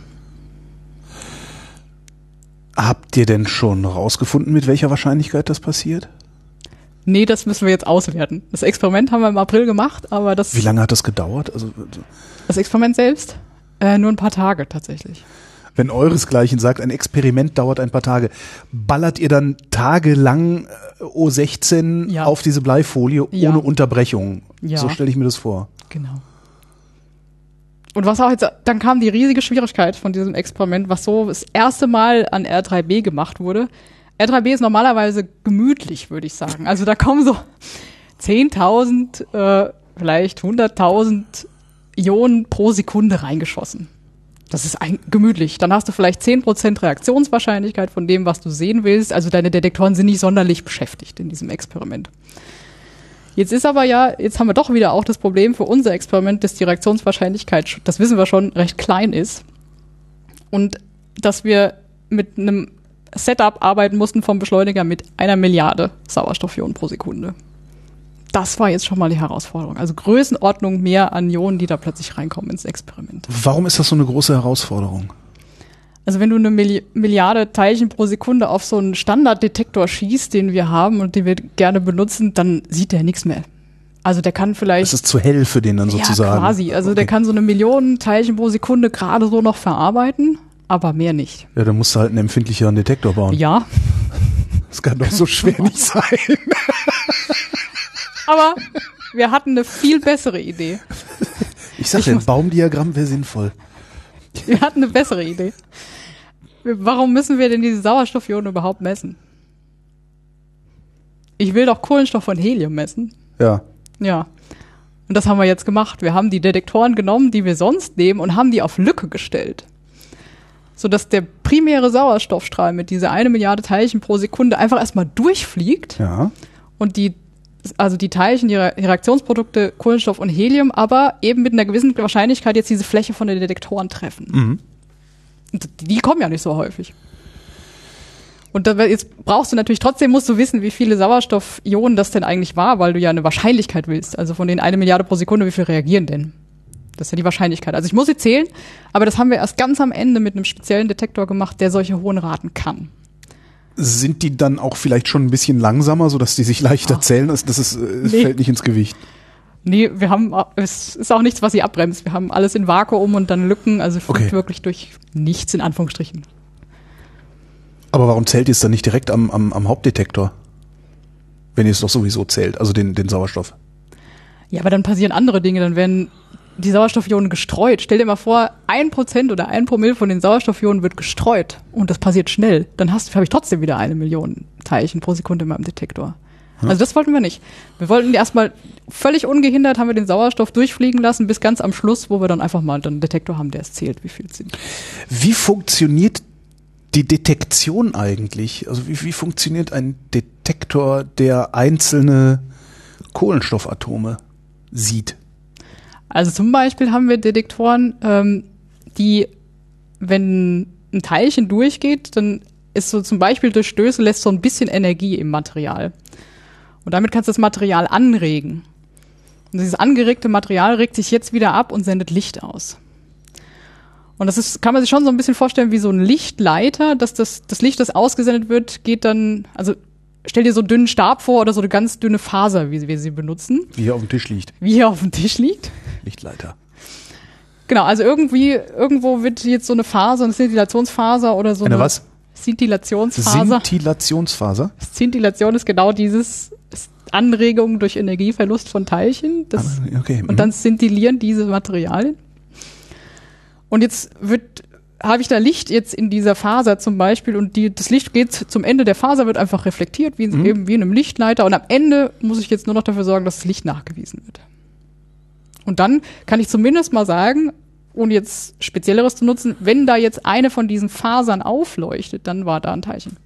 Habt ihr denn schon rausgefunden, mit welcher Wahrscheinlichkeit das passiert? Nee, das müssen wir jetzt auswerten. Das Experiment haben wir im April gemacht, aber das... Wie lange hat das gedauert? Also das Experiment selbst? Äh, nur ein paar Tage tatsächlich. Wenn euresgleichen sagt, ein Experiment dauert ein paar Tage, ballert ihr dann tagelang O sechzehn ja. auf diese Bleifolie ja. ohne Unterbrechung? Ja. So stelle ich mir das vor. Genau. Und was auch jetzt, dann kam die riesige Schwierigkeit von diesem Experiment, was so das erste Mal an R drei B gemacht wurde. R drei B ist normalerweise gemütlich, würde ich sagen. Also da kommen so zehntausend, äh, vielleicht hunderttausend Ionen pro Sekunde reingeschossen. Das ist ein, gemütlich. Dann hast du vielleicht zehn Prozent Reaktionswahrscheinlichkeit von dem, was du sehen willst. Also deine Detektoren sind nicht sonderlich beschäftigt in diesem Experiment. Jetzt ist aber ja, jetzt haben wir doch wieder auch das Problem für unser Experiment, dass die Reaktionswahrscheinlichkeit, das wissen wir schon, recht klein ist. Und dass wir mit einem Setup arbeiten mussten vom Beschleuniger mit einer Milliarde Sauerstoffionen pro Sekunde. Das war jetzt schon mal die Herausforderung. Also Größenordnung mehr an Ionen, die da plötzlich reinkommen ins Experiment. Warum ist das so eine große Herausforderung? Also wenn du eine Milli- Milliarde Teilchen pro Sekunde auf so einen Standarddetektor schießt, den wir haben und den wir gerne benutzen, dann sieht der nichts mehr. Also der kann vielleicht... Das ist zu hell für den dann sozusagen. Ja, quasi. Also okay. Der kann so eine Million Teilchen pro Sekunde gerade so noch verarbeiten, aber mehr nicht. Ja, dann musst du halt einen empfindlicheren Detektor bauen. Ja. Das kann doch so schwer nicht sein. Aber wir hatten eine viel bessere Idee. Ich sag dir, ein Baumdiagramm wäre sinnvoll. Wir hatten eine bessere Idee. Warum müssen wir denn diese Sauerstoffionen überhaupt messen? Ich will doch Kohlenstoff und Helium messen. Ja. Ja. Und das haben wir jetzt gemacht. Wir haben die Detektoren genommen, die wir sonst nehmen, und haben die auf Lücke gestellt. Sodass der primäre Sauerstoffstrahl mit dieser eine Milliarde Teilchen pro Sekunde einfach erstmal durchfliegt. Ja. Und die, also die Teilchen, die Reaktionsprodukte Kohlenstoff und Helium, aber eben mit einer gewissen Wahrscheinlichkeit jetzt diese Fläche von den Detektoren treffen. Mhm. Und die kommen ja nicht so häufig. Und da, jetzt brauchst du natürlich, trotzdem musst du wissen, wie viele Sauerstoffionen das denn eigentlich war, weil du ja eine Wahrscheinlichkeit willst. Also von den eine Milliarde pro Sekunde, wie viel reagieren denn? Das ist ja die Wahrscheinlichkeit. Also ich muss sie zählen, aber das haben wir erst ganz am Ende mit einem speziellen Detektor gemacht, der solche hohen Raten kann. Sind die dann auch vielleicht schon ein bisschen langsamer, sodass die sich leichter Ach. zählen? Das, das ist, es nee. fällt nicht ins Gewicht. Nee, wir haben, es ist auch nichts, was sie abbremst. Wir haben alles in Vakuum und dann Lücken, also fliegt okay. wirklich durch nichts in Anführungsstrichen. Aber warum zählt ihr es dann nicht direkt am, am, am Hauptdetektor? Wenn ihr es doch sowieso zählt, also den, den Sauerstoff. Ja, aber dann passieren andere Dinge, dann werden die Sauerstoffionen gestreut. Stell dir mal vor, ein Prozent oder ein Promille von den Sauerstoffionen wird gestreut und das passiert schnell. Dann hast, habe ich trotzdem wieder eine Million Teilchen pro Sekunde in meinem Detektor. Ja. Also das wollten wir nicht. Wir wollten erstmal völlig ungehindert, haben wir den Sauerstoff durchfliegen lassen bis ganz am Schluss, wo wir dann einfach mal einen Detektor haben, der es zählt, wie viel es sind. Wie funktioniert die Detektion eigentlich? Also wie, wie funktioniert ein Detektor, der einzelne Kohlenstoffatome sieht? Also zum Beispiel haben wir Detektoren, ähm, die, wenn ein Teilchen durchgeht, dann ist so zum Beispiel durch Stöße lässt so ein bisschen Energie im Material. Und damit kannst du das Material anregen. Und dieses angeregte Material regt sich jetzt wieder ab und sendet Licht aus. Und das ist, kann man sich schon so ein bisschen vorstellen wie so ein Lichtleiter, dass das, das Licht, das ausgesendet wird, geht dann, also stell dir so einen dünnen Stab vor oder so eine ganz dünne Faser, wie wir sie benutzen. Wie hier auf dem Tisch liegt. Wie hier auf dem Tisch liegt. Lichtleiter. Genau, also irgendwie, irgendwo wird jetzt so eine Faser, eine Szintillationsfaser oder so eine, eine was? Szintillationsfaser. Szintillationsfaser? Szintillation ist genau dieses Anregung durch Energieverlust von Teilchen. Das, okay. Und dann szintillieren diese Materialien. Und jetzt wird, habe ich da Licht jetzt in dieser Faser zum Beispiel und die, das Licht geht zum Ende der Faser, wird einfach reflektiert, wie, mhm. eben wie in einem Lichtleiter. Und am Ende muss ich jetzt nur noch dafür sorgen, dass das Licht nachgewiesen wird. Und dann kann ich zumindest mal sagen, ohne jetzt Spezielleres zu nutzen, wenn da jetzt eine von diesen Fasern aufleuchtet, dann war da ein Teilchen.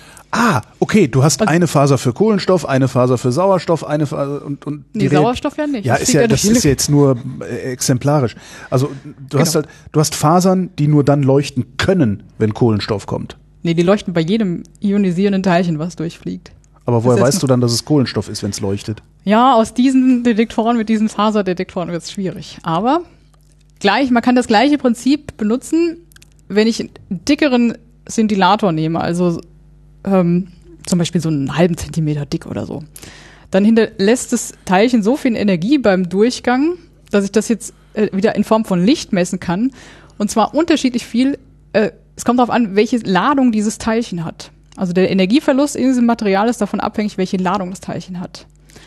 Ah, okay, du hast Also, eine Faser für Kohlenstoff, eine Faser für Sauerstoff, eine Faser und, und die nee, Sauerstoff ja nicht. Ja, das ist ja, das ist ja jetzt nur äh, exemplarisch. Also du genau. hast halt, du hast Fasern, die nur dann leuchten können, wenn Kohlenstoff kommt. Nee, die leuchten bei jedem ionisierenden Teilchen, was durchfliegt. Aber woher weißt du dann, dass es Kohlenstoff ist, wenn es leuchtet? Ja, aus diesen Detektoren, mit diesen Faserdetektoren wird es schwierig. Aber gleich, man kann das gleiche Prinzip benutzen, wenn ich einen dickeren Szintillator nehme, also ähm, zum Beispiel so einen halben Zentimeter dick oder so. Dann hinterlässt das Teilchen so viel Energie beim Durchgang, dass ich das jetzt äh, wieder in Form von Licht messen kann. Und zwar unterschiedlich viel. Äh, es kommt darauf an, welche Ladung dieses Teilchen hat. Also der Energieverlust in diesem Material ist davon abhängig, welche Ladung das Teilchen hat.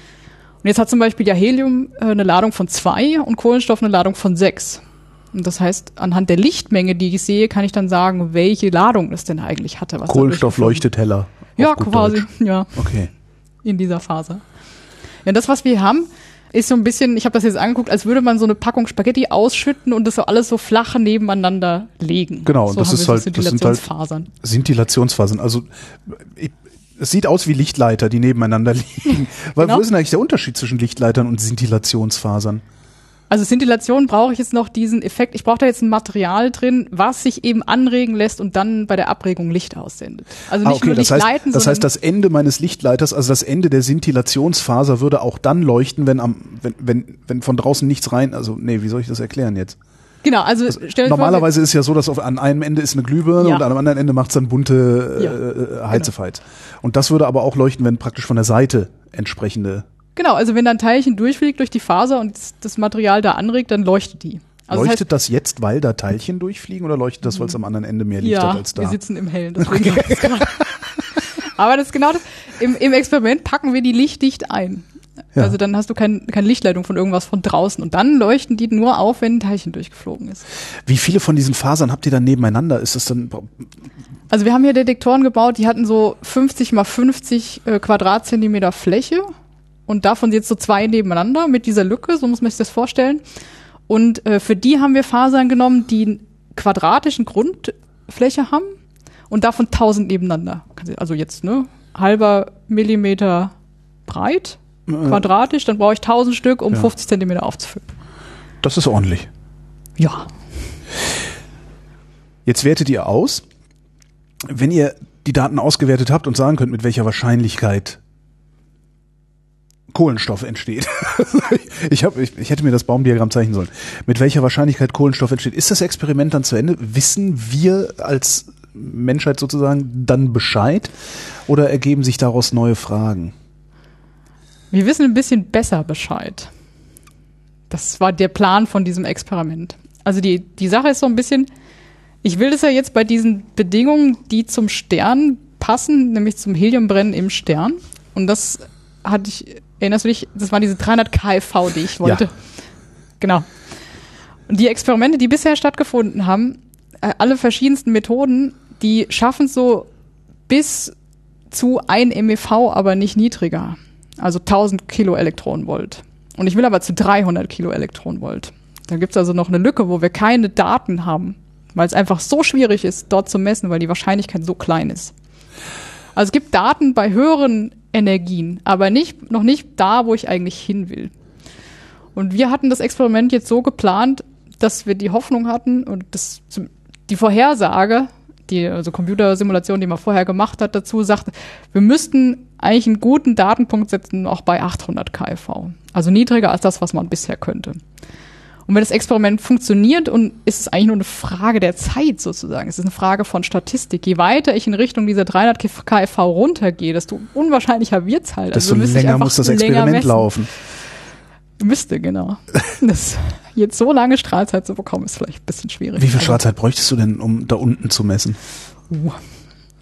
Und jetzt hat zum Beispiel ja Helium äh, eine Ladung von zwei und Kohlenstoff eine Ladung von sechs. Und das heißt, anhand der Lichtmenge, die ich sehe, kann ich dann sagen, welche Ladung es denn eigentlich hatte. Was Kohlenstoff leuchtet heller. Ja, quasi, Deutsch. ja. Okay. In dieser Phase. Ja, das, was wir haben, ist so ein bisschen, ich habe das jetzt angeguckt, als würde man so eine Packung Spaghetti ausschütten und das so alles so flach nebeneinander legen. Genau, so und das ist so halt, das sind halt Szintillationsfasern. Also ich, es sieht aus wie Lichtleiter, die nebeneinander liegen. Weil genau. Wo ist denn eigentlich der Unterschied zwischen Lichtleitern und Szintillationsfasern? Also Szintillation brauche ich jetzt noch diesen Effekt, ich brauche da jetzt ein Material drin, was sich eben anregen lässt und dann bei der Abregung Licht aussendet. Also nicht ah, okay. nur Licht das heißt, leiten, das heißt, das Ende meines Lichtleiters, also das Ende der Szintillationsfaser würde auch dann leuchten, wenn am, wenn, wenn, wenn von draußen nichts rein, also nee, wie soll ich das erklären jetzt? Genau, also, also stell dir normalerweise vor, ist ja so, dass auf, an einem Ende ist eine Glühbirne ja. und an einem anderen Ende macht es dann bunte ja. äh, Heizefeiz. Genau. Und das würde aber auch leuchten, wenn praktisch von der Seite entsprechende Genau, also wenn da ein Teilchen durchfliegt durch die Faser und das Material da anregt, dann leuchtet die. Also leuchtet das, heißt, das jetzt, weil da Teilchen durchfliegen oder leuchtet das, weil es am anderen Ende mehr Licht ja, hat als da? Ja, wir sitzen im Hellen. Deswegen okay. Aber das ist genau das. Im, Im Experiment packen wir die lichtdicht ein. Ja. Also dann hast du kein, keine Lichtleitung von irgendwas von draußen. Und dann leuchten die nur auf, wenn ein Teilchen durchgeflogen ist. Wie viele von diesen Fasern habt ihr dann nebeneinander? Ist das dann... Also wir haben hier Detektoren gebaut, die hatten so fünfzig mal fünfzig äh, Quadratzentimeter Fläche. Und davon jetzt so zwei nebeneinander mit dieser Lücke, so muss man sich das vorstellen. Und äh, für die haben wir Fasern genommen, die einen quadratischen Grundfläche haben und davon tausend nebeneinander. Also jetzt, ne, halber Millimeter breit, äh, quadratisch, dann brauche ich tausend Stück, um ja. fünfzig Zentimeter aufzufüllen. Das ist ordentlich. Ja. Jetzt wertet ihr aus, wenn ihr die Daten ausgewertet habt und sagen könnt, mit welcher Wahrscheinlichkeit Kohlenstoff entsteht. ich, hab, ich, ich hätte mir das Baumdiagramm zeichnen sollen. Mit welcher Wahrscheinlichkeit Kohlenstoff entsteht. Ist das Experiment dann zu Ende? Wissen wir als Menschheit sozusagen dann Bescheid? Oder ergeben sich daraus neue Fragen? Wir wissen ein bisschen besser Bescheid. Das war der Plan von diesem Experiment. Also die, die Sache ist so ein bisschen, ich will das ja jetzt bei diesen Bedingungen, die zum Stern passen, nämlich zum Heliumbrennen im Stern. Und das hatte ich... Erinnerst du dich? Das waren diese dreihundert KeV, die ich wollte. Ja. Genau. Und die Experimente, die bisher stattgefunden haben, äh, alle verschiedensten Methoden, die schaffen so bis zu ein MeV, aber nicht niedriger. Also tausend Kiloelektronenvolt. Und ich will aber zu dreihundert Kiloelektronenvolt. Da gibt's also noch eine Lücke, wo wir keine Daten haben, weil es einfach so schwierig ist, dort zu messen, weil die Wahrscheinlichkeit so klein ist. Also es gibt Daten bei höheren Energien, aber nicht, noch nicht da, wo ich eigentlich hin will. Und wir hatten das Experiment jetzt so geplant, dass wir die Hoffnung hatten und das, die Vorhersage, die also Computersimulation, die man vorher gemacht hat, dazu sagte, wir müssten eigentlich einen guten Datenpunkt setzen, auch bei achthundert KeV. Also niedriger als das, was man bisher könnte. Und wenn das Experiment funktioniert und ist es eigentlich nur eine Frage der Zeit sozusagen, es ist eine Frage von Statistik. Je weiter ich in Richtung dieser dreihundert KeV runtergehe, desto unwahrscheinlicher wird's halt. Desto also länger muss das Experiment laufen. Müsste, genau. Das, jetzt so lange Strahlzeit zu bekommen, ist vielleicht ein bisschen schwierig. Wie viel Strahlzeit bräuchtest du denn, um da unten zu messen? Uh,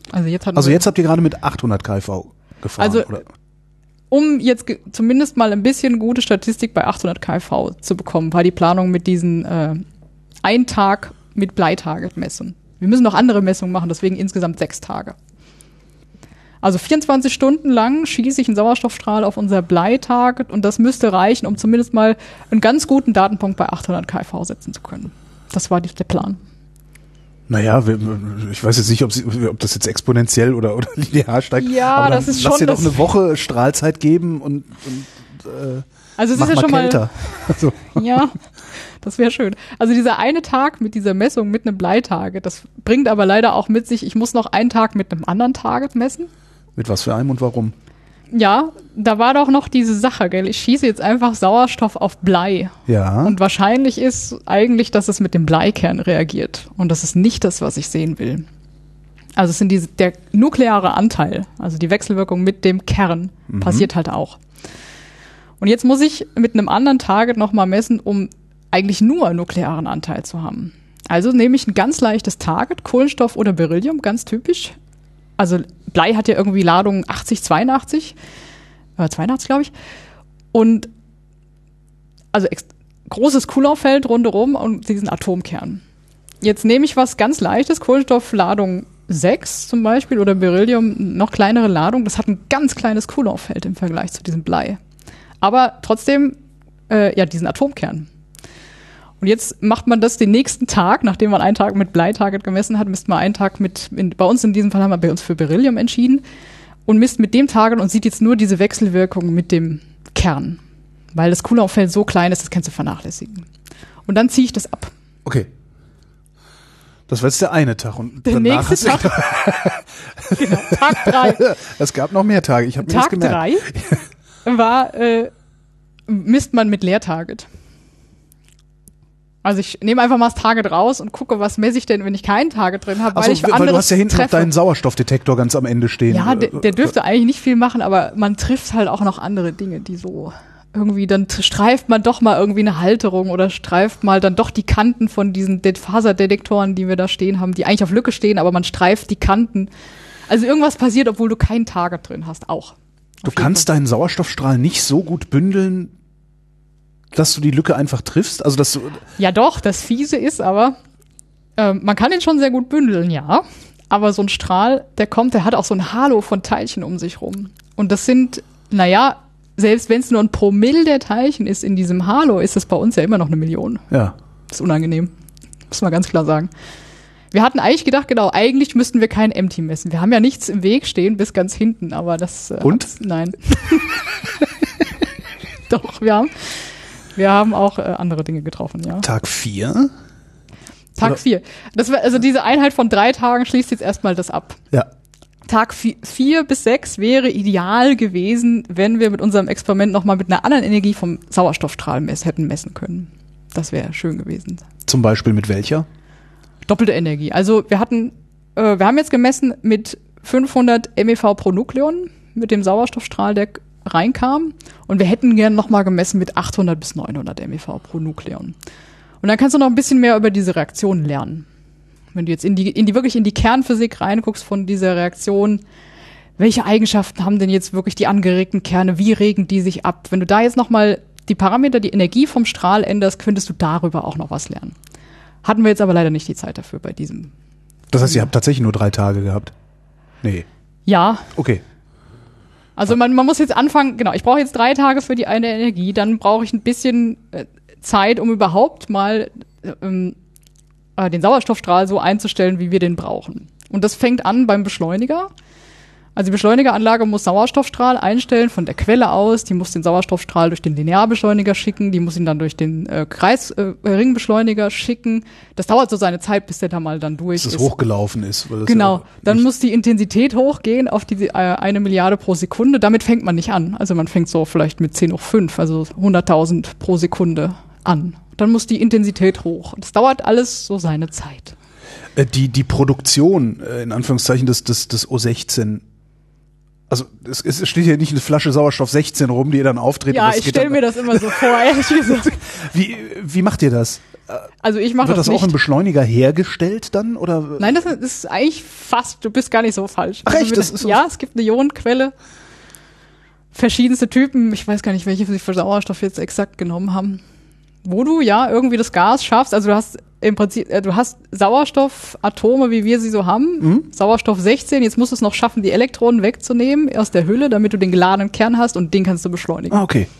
Also jetzt, also jetzt habt ihr gerade mit achthundert Kilowatt gefahren, also, oder? Um jetzt ge- zumindest mal ein bisschen gute Statistik bei achthundert Kilowatt zu bekommen, war die Planung mit diesen äh, ein Tag mit Bleitarget-Messungen. Wir müssen noch andere Messungen machen, deswegen insgesamt sechs Tage. Also vierundzwanzig Stunden lang schieße ich einen Sauerstoffstrahl auf unser Bleitarget und das müsste reichen, um zumindest mal einen ganz guten Datenpunkt bei achthundert Kilowatt setzen zu können. Das war die, der Plan. Naja, ich weiß jetzt nicht, ob, sie, ob das jetzt exponentiell oder, oder linear steigt. Ja, aber dann das ist lass schon dir doch das- eine Woche Strahlzeit geben und, und äh, Also es mach ist ja mal schon mal, kälter. Also, ja, das wäre schön. Also dieser eine Tag mit dieser Messung mit einem Bleitarget, das bringt aber leider auch mit sich, ich muss noch einen Tag mit einem anderen Target messen. mit was für einem und warum? Ja, da war doch noch diese Sache, gell? Ich schieße jetzt einfach Sauerstoff auf Blei. Ja. Und wahrscheinlich ist eigentlich, dass es mit dem Bleikern reagiert. Und das ist nicht das, was ich sehen will. Also es sind diese, der nukleare Anteil, also die Wechselwirkung mit dem Kern, Mhm. passiert halt auch. Und jetzt muss ich mit einem anderen Target nochmal messen, um eigentlich nur nuklearen Anteil zu haben. Also nehme ich ein ganz leichtes Target, Kohlenstoff oder Beryllium, ganz typisch. Also Blei hat ja irgendwie Ladung achtzig, zweiundachtzig, äh, zweiundachtzig glaube ich. Und also ex- großes Kuhlauffeld rundherum und diesen Atomkern. Jetzt nehme ich was ganz Leichtes, Kohlenstoffladung sechs zum Beispiel oder Beryllium, noch kleinere Ladung. Das hat ein ganz kleines Kuhlauffeld im Vergleich zu diesem Blei. Aber trotzdem, äh, ja, diesen Atomkern. Und jetzt macht man das den nächsten Tag, nachdem man einen Tag mit Bleitarget gemessen hat, misst man einen Tag mit, in, bei uns in diesem Fall haben wir bei uns für Beryllium entschieden und misst mit dem Target und sieht jetzt nur diese Wechselwirkung mit dem Kern. Weil das Kuhlauffeld so klein ist, das kannst du vernachlässigen. Und dann ziehe ich das ab. Okay. Das war jetzt der eine Tag. Und Der danach nächste hast du- Tag, genau, Tag drei. Es gab noch mehr Tage. Ich habe mir das Tag gemerkt. drei war, äh, misst man mit Leertarget. Also ich nehme einfach mal das Target raus und gucke, was messe ich denn, wenn ich kein Target drin habe, weil Achso, ich weil anderes du hast ja hinten noch treffe. deinen Sauerstoffdetektor ganz am Ende stehen. Ja, der, der dürfte eigentlich nicht viel machen, aber man trifft halt auch noch andere Dinge, die so irgendwie, dann t- streift man doch mal irgendwie eine Halterung oder streift mal dann doch die Kanten von diesen De- Faserdetektoren, die wir da stehen haben, die eigentlich auf Lücke stehen, aber man streift die Kanten. Also irgendwas passiert, obwohl du kein Target drin hast, auch. Du Auf jeden kannst Fall. deinen Sauerstoffstrahl nicht so gut bündeln, dass du die Lücke einfach triffst. Also dass du, Ja doch, das Fiese ist aber, ähm, man kann ihn schon sehr gut bündeln, ja. Aber so ein Strahl, der kommt, der hat auch so ein Halo von Teilchen um sich rum. Und das sind, naja, selbst wenn es nur ein Promille der Teilchen ist in diesem Halo, ist das bei uns ja immer noch eine Million. ja. Das ist unangenehm. Muss man ganz klar sagen. Wir hatten eigentlich gedacht, genau, eigentlich müssten wir kein Empty messen. Wir haben ja nichts im Weg stehen bis ganz hinten, aber das... Äh, Und? hat's- Nein. Doch, wir haben, wir haben auch äh, andere Dinge getroffen, ja. Tag vier. Tag Oder- vier. Das wär, also diese Einheit von drei Tagen schließt jetzt erstmal das ab. Ja. Tag vi- vier bis sechs wäre ideal gewesen, wenn wir mit unserem Experiment nochmal mit einer anderen Energie vom Sauerstoffstrahl mess hätten messen können. Das wäre schön gewesen. Zum Beispiel mit welcher? Doppelte Energie. Also wir hatten, äh, wir haben jetzt gemessen mit fünfhundert MeV pro Nukleon, mit dem Sauerstoffstrahl, der k- reinkam. Und wir hätten gern nochmal gemessen mit achthundert bis neunhundert MeV pro Nukleon. Und dann kannst du noch ein bisschen mehr über diese Reaktion lernen. Wenn du jetzt in die, in die wirklich in die Kernphysik reinguckst von dieser Reaktion, welche Eigenschaften haben denn jetzt wirklich die angeregten Kerne, wie regen die sich ab? Wenn du da jetzt nochmal die Parameter, die Energie vom Strahl änderst, könntest du darüber auch noch was lernen. Hatten wir jetzt aber leider nicht die Zeit dafür bei diesem. Das heißt, ihr habt tatsächlich nur drei Tage gehabt? Nee. Ja, Okay. also man, man muss jetzt anfangen, genau, ich brauche jetzt drei Tage für die eine Energie, dann brauche ich ein bisschen äh, Zeit, um überhaupt mal ähm, äh, den Sauerstoffstrahl so einzustellen, wie wir den brauchen. Und das fängt an beim Beschleuniger. Also die Beschleunigeranlage muss Sauerstoffstrahl einstellen von der Quelle aus, die muss den Sauerstoffstrahl durch den Linearbeschleuniger schicken, die muss ihn dann durch den äh, Kreisringbeschleuniger schicken. Das dauert so seine Zeit, bis der da mal dann durch Dass ist. es hochgelaufen ist. Weil das Genau, ja dann nicht- muss die Intensität hochgehen auf die äh, eine Milliarde pro Sekunde. Damit fängt man nicht an. Also man fängt so vielleicht mit zehn hoch fünf, also hunderttausend pro Sekunde an. Dann muss die Intensität hoch. Das dauert alles so seine Zeit. Äh, Die, die Produktion, äh, in Anführungszeichen, des, des, des O sechzehn, Also es, es steht hier nicht eine Flasche Sauerstoff sechzehn rum, die ihr dann aufdreht. Ja, ich stelle mir das immer so vor, ehrlich gesagt. Wie, wie macht ihr das? Also ich mache das nicht. Wird das auch im Beschleuniger hergestellt dann? Oder? Nein, das ist eigentlich fast, du bist gar nicht so falsch. Ach also echt? Das ist so ja, es gibt eine Ionenquelle. Verschiedenste Typen, ich weiß gar nicht, welche sie für Sauerstoff jetzt exakt genommen haben. Wo du ja irgendwie das Gas schaffst, also du hast im Prinzip, äh, du hast Sauerstoffatome, wie wir sie so haben, mhm. Sauerstoff sechzehn, jetzt musst du es noch schaffen, die Elektronen wegzunehmen aus der Hülle, damit du den geladenen Kern hast und den kannst du beschleunigen. Ah, okay.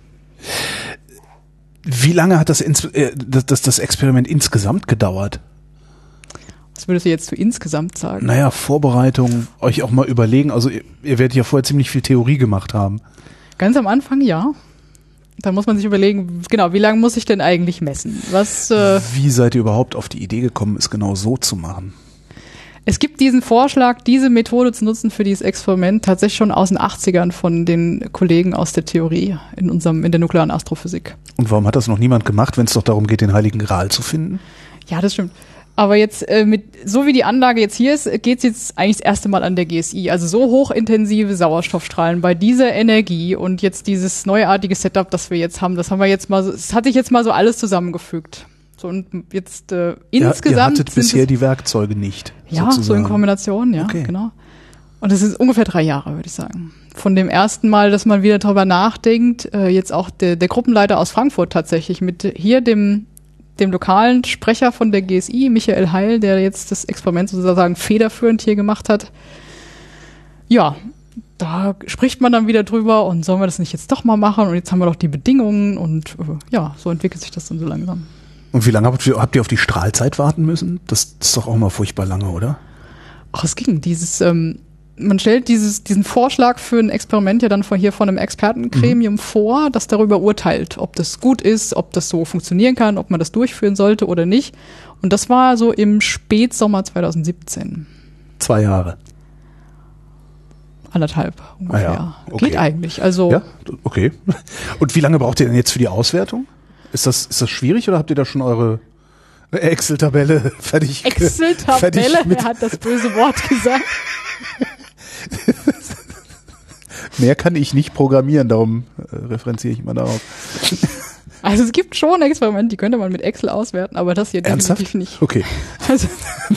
Wie lange hat das, äh, das, das, das Experiment insgesamt gedauert? Was würdest du jetzt zu insgesamt sagen? Naja, Vorbereitung, euch auch mal überlegen, also ihr, ihr werdet ja vorher ziemlich viel Theorie gemacht haben. Ganz am Anfang, ja. Da muss man sich überlegen, genau, wie lange muss ich denn eigentlich messen? Was? Äh, wie seid ihr überhaupt auf die Idee gekommen, es genau so zu machen? Es gibt diesen Vorschlag, diese Methode zu nutzen für dieses Experiment tatsächlich schon aus den achtzigern von den Kollegen aus der Theorie in unserem in der nuklearen Astrophysik. Und warum hat das noch niemand gemacht, wenn es doch darum geht, den Heiligen Gral zu finden? Ja, das stimmt. Aber jetzt, äh, mit so wie die Anlage jetzt hier ist, geht es jetzt eigentlich das erste Mal an der G S I. Also so hochintensive Sauerstoffstrahlen bei dieser Energie und jetzt dieses neuartige Setup, das wir jetzt haben, das haben wir jetzt mal so, das hatte ich jetzt mal so alles zusammengefügt. So und jetzt äh, insgesamt. Ja, ihr hattet bisher die Werkzeuge nicht. Ja, sozusagen. So in Kombination, ja, okay. Genau. Und das ist ungefähr drei Jahre, würde ich sagen. Von dem ersten Mal, dass man wieder darüber nachdenkt, äh, jetzt auch der, der Gruppenleiter aus Frankfurt tatsächlich mit hier dem dem lokalen Sprecher von der G S I, Michael Heil, der jetzt das Experiment sozusagen federführend hier gemacht hat. Ja, da spricht man dann wieder drüber und sollen wir das nicht jetzt doch mal machen und jetzt haben wir doch die Bedingungen und äh, ja, so entwickelt sich das dann so langsam. Und wie lange habt ihr, habt ihr auf die Strahlzeit warten müssen? Das ist doch auch mal furchtbar lange, oder? Ach, es ging. Dieses, ähm, man stellt dieses, diesen Vorschlag für ein Experiment ja dann von hier von einem Expertengremium mhm. vor, das darüber urteilt, ob das gut ist, ob das so funktionieren kann, ob man das durchführen sollte oder nicht. Und das war so im Spätsommer zweitausendsiebzehn. Zwei Jahre. Anderthalb ungefähr. Ah ja, okay. Geht eigentlich. Also ja, okay. Und wie lange braucht ihr denn jetzt für die Auswertung? Ist das, ist das schwierig oder habt ihr da schon eure Excel-Tabelle fertig? Excel-Tabelle? Wer hat das böse Wort gesagt? Mehr kann ich nicht programmieren, darum äh, referenziere ich immer darauf. Also es gibt schon Experimente, die könnte man mit Excel auswerten, aber das hier Ernsthaft? definitiv nicht. Okay. Also,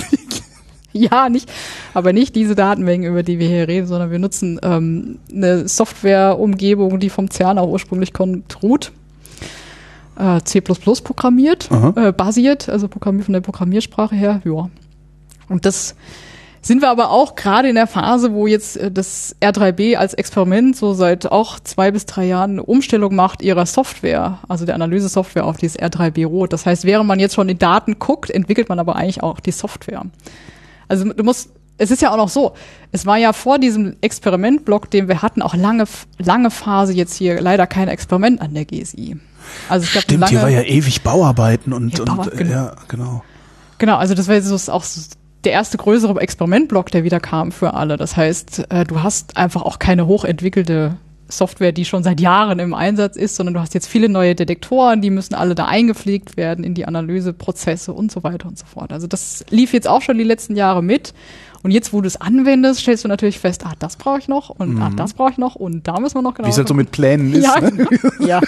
ja, nicht, aber nicht diese Datenmengen, über die wir hier reden, sondern wir nutzen ähm, eine Softwareumgebung, die vom CERN auch ursprünglich kommt, Root. äh, C plus plus programmiert, äh, basiert, also programmiert von der Programmiersprache her, ja. Und das sind wir aber auch gerade in der Phase, wo jetzt äh, das R drei B als Experiment so seit auch zwei bis drei Jahren eine Umstellung macht ihrer Software, also der Analyse-Software auf dieses R drei B Rot. Das heißt, während man jetzt schon in Daten guckt, entwickelt man aber eigentlich auch die Software. Also du musst, es ist ja auch noch so, es war ja vor diesem Experimentblock, den wir hatten, auch lange, lange Phase jetzt hier leider kein Experiment an der G S I. Also es gab Stimmt, lange, hier war ja ewig Bauarbeiten und, ja, und Bauar- äh, genau. ja, genau. Genau, also das war so auch so der erste größere Experimentblock, der wieder kam für alle. Das heißt, äh, du hast einfach auch keine hochentwickelte Software, die schon seit Jahren im Einsatz ist, sondern du hast jetzt viele neue Detektoren, die müssen alle da eingepflegt werden in die Analyseprozesse und so weiter und so fort. Also das lief jetzt auch schon die letzten Jahre mit. Und jetzt, wo du es anwendest, stellst du natürlich fest, ah, das brauche ich noch und mhm. ah, das brauche ich noch und da müssen wir noch genau. Wie es halt so mit Plänen ist. Ja, ne? genau. Ja.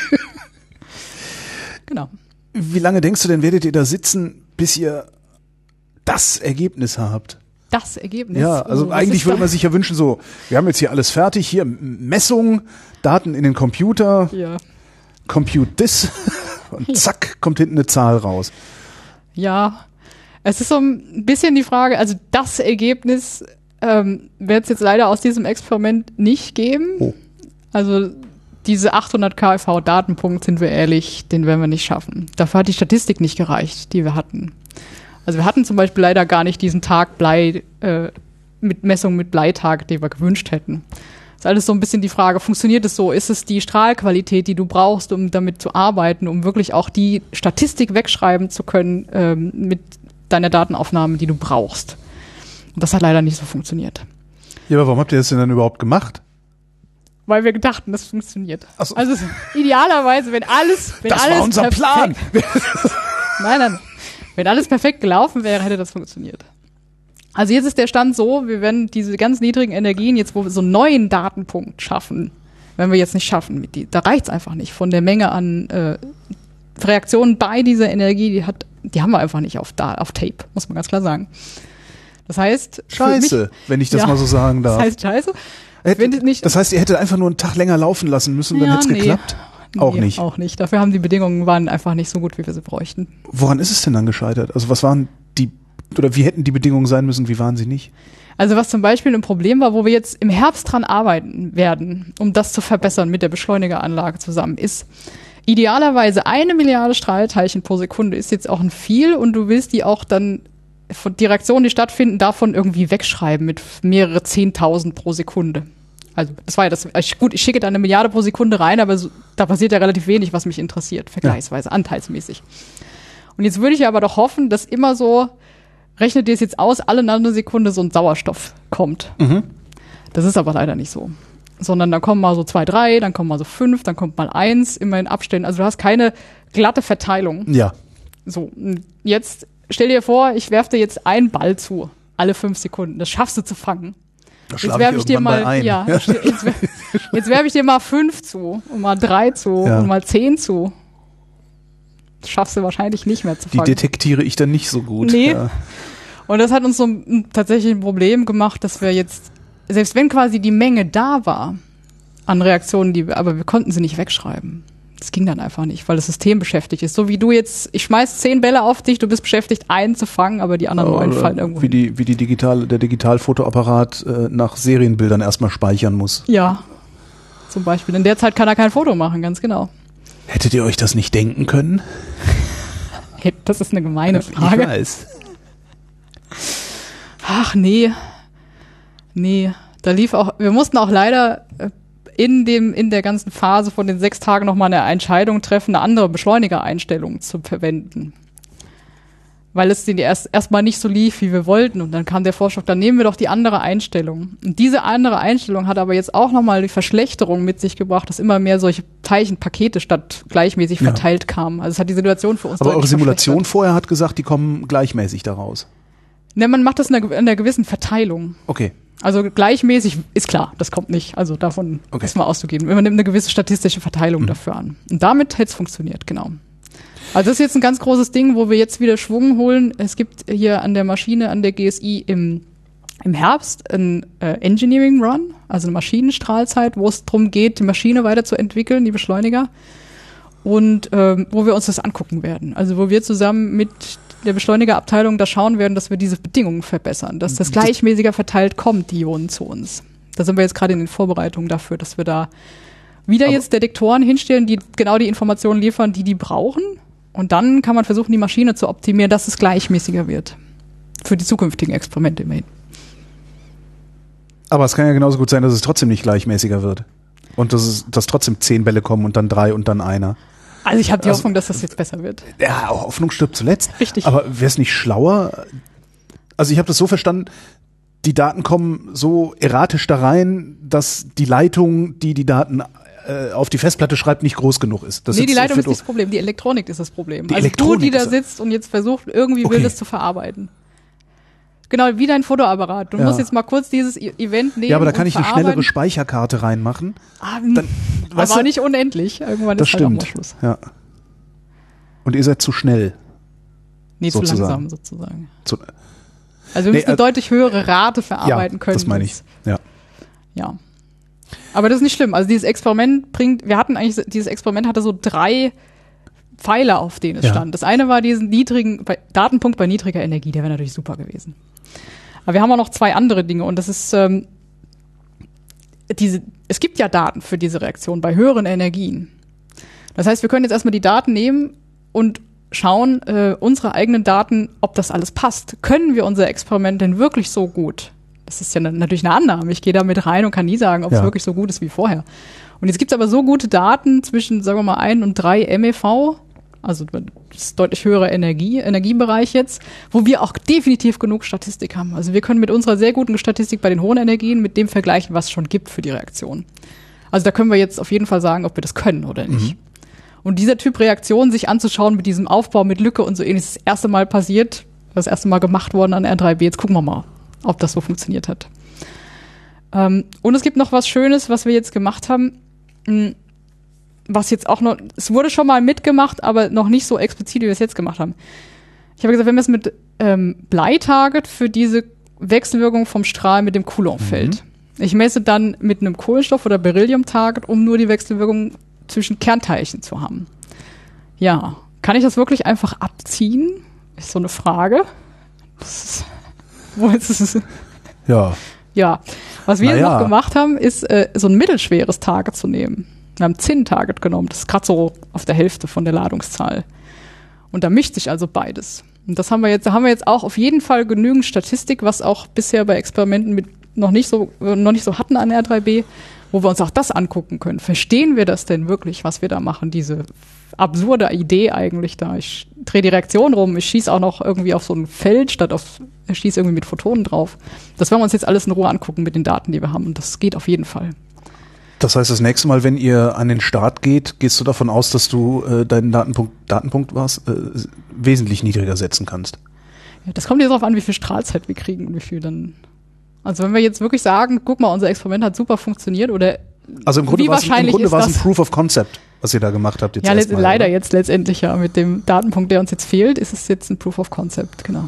Genau. Wie lange denkst du denn, werdet ihr da sitzen, bis ihr das Ergebnis habt? Das Ergebnis? Ja, also oh, eigentlich würde man sich ja wünschen, so, wir haben jetzt hier alles fertig, hier Messung, Daten in den Computer, ja. compute this und zack, kommt hinten eine Zahl raus. Ja, es ist so ein bisschen die Frage, also das Ergebnis ähm, wird es jetzt leider aus diesem Experiment nicht geben. Oh. Also diese achthundert K V Datenpunkt, sind wir ehrlich, den werden wir nicht schaffen. Dafür hat die Statistik nicht gereicht, die wir hatten. Also wir hatten zum Beispiel leider gar nicht diesen Tag Blei, äh, mit Messung mit Bleitag, den wir gewünscht hätten. Das ist alles so ein bisschen die Frage, funktioniert es so? Ist es die Strahlqualität, die du brauchst, um damit zu arbeiten, um wirklich auch die Statistik wegschreiben zu können ähm, mit deiner Datenaufnahme, die du brauchst? Und das hat leider nicht so funktioniert. Ja, aber warum habt ihr das denn dann überhaupt gemacht? Weil wir dachten, das funktioniert. Ach so. Also idealerweise, wenn alles, wenn das alles war unser perfekt, Plan. Nein, nein. Wenn alles perfekt gelaufen wäre, hätte das funktioniert. Also jetzt ist der Stand so, wir werden diese ganz niedrigen Energien, jetzt wo wir so einen neuen Datenpunkt schaffen, wenn wir jetzt nicht schaffen, mit die, da reicht's einfach nicht von der Menge an äh, Reaktionen bei dieser Energie, die hat, die haben wir einfach nicht auf, da, auf Tape, muss man ganz klar sagen. Das heißt, Scheiße, mich, wenn ich das ja, mal so sagen darf. Das heißt Scheiße. Hätte, nicht, das heißt, ihr hättet einfach nur einen Tag länger laufen lassen müssen, dann ja, hätte es nee. geklappt? Auch nee, nicht. Auch nicht. Dafür haben die Bedingungen waren einfach nicht so gut, wie wir sie bräuchten. Woran ist es denn dann gescheitert? Also was waren die, oder wie hätten die Bedingungen sein müssen, wie waren sie nicht? Also was zum Beispiel ein Problem war, wo wir jetzt im Herbst dran arbeiten werden, um das zu verbessern mit der Beschleunigeranlage zusammen, ist idealerweise eine Milliarde Strahlteilchen pro Sekunde ist jetzt auch ein viel und du willst die auch dann, die Reaktionen, die stattfinden, davon irgendwie wegschreiben mit mehrere Zehntausend pro Sekunde. Also das war ja das, gut, ich schicke da eine Milliarde pro Sekunde rein, aber so, da passiert ja relativ wenig, was mich interessiert, vergleichsweise, ja. anteilsmäßig. Und jetzt würde ich aber doch hoffen, dass immer so, rechnet ihr es jetzt aus, alle Nanosekunde so ein Sauerstoff kommt. Mhm. Das ist aber leider nicht so. Sondern dann kommen mal so zwei, drei, dann kommen mal so fünf, dann kommt mal eins, immer in Abständen. Also du hast keine glatte Verteilung. Ja. So, jetzt stell dir vor, ich werfe dir jetzt einen Ball zu, alle fünf Sekunden. Das schaffst du zu fangen. Jetzt werfe ich, ich dir mal, ein. ja, jetzt, jetzt werfe ich dir mal fünf zu und mal drei zu ja. und mal zehn zu. Das schaffst du wahrscheinlich nicht mehr zu fangen. Die detektiere ich dann nicht so gut. Nee. Ja. Und das hat uns so ein, tatsächlich ein Problem gemacht, dass wir jetzt, selbst wenn quasi die Menge da war an Reaktionen, die wir, aber wir konnten sie nicht wegschreiben. Das ging dann einfach nicht, weil das System beschäftigt ist. So wie du jetzt, ich schmeiß zehn Bälle auf dich, du bist beschäftigt, einen zu fangen, aber die anderen neun fallen irgendwo wie hin. Die, wie die digital, der Digitalfotoapparat äh, nach Serienbildern erstmal speichern muss. Ja, zum Beispiel. In der Zeit kann er kein Foto machen, ganz genau. Hättet ihr euch das nicht denken können? Das ist eine gemeine Frage. Ich weiß. Ach nee, nee, da lief auch, wir mussten auch leider in dem, in der ganzen Phase von den sechs Tagen nochmal eine Entscheidung treffen, eine andere Beschleunigereinstellung zu verwenden. Weil es erst erstmal nicht so lief, wie wir wollten. Und dann kam der Vorschlag, dann nehmen wir doch die andere Einstellung. Und diese andere Einstellung hat aber jetzt auch nochmal die Verschlechterung mit sich gebracht, dass immer mehr solche Teilchenpakete statt gleichmäßig verteilt ja. kamen. Also es hat die Situation für uns aber eure Simulation vorher hat gesagt, die kommen gleichmäßig daraus. Ne, man macht das in einer, in einer gewissen Verteilung. Okay. Also gleichmäßig ist klar, das kommt nicht. Also davon okay. ist mal auszugehen. Man nimmt eine gewisse statistische Verteilung mhm. dafür an. Und damit hätte es funktioniert, genau. Also das ist jetzt ein ganz großes Ding, wo wir jetzt wieder Schwung holen. Es gibt hier an der Maschine, an der G S I im, im Herbst ein äh, Engineering Run, also eine Maschinenstrahlzeit, wo es darum geht, die Maschine weiterzuentwickeln, die Beschleuniger. Und ähm, wo wir uns das angucken werden. Also wo wir zusammen mit der Beschleunigerabteilung da schauen werden, dass wir diese Bedingungen verbessern, dass das gleichmäßiger verteilt kommt, die Ionen zu uns. Da sind wir jetzt gerade in den Vorbereitungen dafür, dass wir da wieder Aber jetzt Detektoren hinstellen, die genau die Informationen liefern, die die brauchen. Und dann kann man versuchen, die Maschine zu optimieren, dass es gleichmäßiger wird. Für die zukünftigen Experimente immerhin. Aber es kann ja genauso gut sein, dass es trotzdem nicht gleichmäßiger wird. Und dass, es, dass trotzdem zehn Bälle kommen und dann drei und dann einer. Also ich habe die also, Hoffnung, dass das jetzt besser wird. Ja, Hoffnung stirbt zuletzt. Richtig. Aber wäre es nicht schlauer? Also ich habe das so verstanden, die Daten kommen so erratisch da rein, dass die Leitung, die die Daten äh, auf die Festplatte schreibt, nicht groß genug ist. Das nee, die Leitung so ist nicht das Problem, die Elektronik ist das Problem. Die also Elektronik du, die da sitzt und jetzt versucht, irgendwie okay. Wildes zu verarbeiten. Genau, wie dein Fotoapparat. Du ja. musst jetzt mal kurz dieses Event nehmen. Ja, aber da kann ich eine schnellere Speicherkarte reinmachen. Ah, dann, aber weißt du, nicht unendlich. Irgendwann das ist stimmt. halt auch mal Schluss. Ja. Und ihr seid zu schnell. Nee, sozusagen. zu langsam sozusagen. Zu, also wir müssen nee, eine äh, deutlich höhere Rate verarbeiten ja, können. Das meine ich. Ja. Ja. Aber das ist nicht schlimm. Also dieses Experiment bringt, wir hatten eigentlich, dieses Experiment hatte so drei Pfeiler, auf denen es ja. stand. Das eine war diesen niedrigen bei, Datenpunkt bei niedriger Energie, der wäre natürlich super gewesen. Aber wir haben auch noch zwei andere Dinge und das ist ähm, diese, es gibt ja Daten für diese Reaktion bei höheren Energien. Das heißt, wir können jetzt erstmal die Daten nehmen und schauen, äh, unsere eigenen Daten, ob das alles passt. Können wir unser Experiment denn wirklich so gut? Das ist ja ne, natürlich eine Annahme. Ich gehe da mit rein und kann nie sagen, ob es ja. wirklich so gut ist wie vorher. Und jetzt gibt es aber so gute Daten zwischen, sagen wir mal, ein und drei M E V, also das ist deutlich höherer Energie, Energiebereich jetzt, wo wir auch definitiv genug Statistik haben. Also wir können mit unserer sehr guten Statistik bei den hohen Energien mit dem vergleichen, was es schon gibt für die Reaktion. Also da können wir jetzt auf jeden Fall sagen, ob wir das können oder nicht. Mhm. Und dieser Typ Reaktion, sich anzuschauen mit diesem Aufbau, mit Lücke und so ähnlich, ist das erste Mal passiert, das erste Mal gemacht worden an R drei B. Jetzt gucken wir mal, ob das so funktioniert hat. Ähm, und es gibt noch was Schönes, was wir jetzt gemacht haben, mh, was jetzt auch noch, es wurde schon mal mitgemacht, aber noch nicht so explizit, wie wir es jetzt gemacht haben. Ich habe gesagt, wenn wir es mit ähm, Bleitarget für diese Wechselwirkung vom Strahl mit dem Coulomb-Feld. Mhm. Ich messe dann mit einem Kohlenstoff- oder Beryllium-Target, um nur die Wechselwirkung zwischen Kernteilchen zu haben. Ja, kann ich das wirklich einfach abziehen? Ist so eine Frage. Das ist, wo ist es? Ja. Ja. Was wir naja. noch gemacht haben, ist äh, so ein mittelschweres Target zu nehmen. Wir haben Zinn-Target genommen. Das ist gerade so auf der Hälfte von der Ladungszahl. Und da mischt sich also beides. Und das haben wir jetzt, da haben wir jetzt auch auf jeden Fall genügend Statistik, was auch bisher bei Experimenten mit noch nicht so, noch nicht so hatten an R drei B, wo wir uns auch das angucken können. Verstehen wir das denn wirklich, was wir da machen? Diese absurde Idee eigentlich da. Ich drehe die Reaktion rum, ich schieße auch noch irgendwie auf so ein Feld, statt auf, ich schieße irgendwie mit Photonen drauf. Das werden wir uns jetzt alles in Ruhe angucken mit den Daten, die wir haben. Und das geht auf jeden Fall. Das heißt, das nächste Mal, wenn ihr an den Start geht, gehst du davon aus, dass du äh, deinen Datenpunkt, Datenpunkt was, äh, wesentlich niedriger setzen kannst? Ja, das kommt jetzt darauf an, wie viel Strahlzeit wir kriegen und wie viel dann. Also wenn wir jetzt wirklich sagen, guck mal, unser Experiment hat super funktioniert oder also im Grunde wie war es, wahrscheinlich im Grunde ist war es ein das? Proof of Concept, was ihr da gemacht habt jetzt Ja, le- erstmal, leider oder? jetzt letztendlich ja mit dem Datenpunkt, der uns jetzt fehlt, ist es jetzt ein Proof of Concept, genau.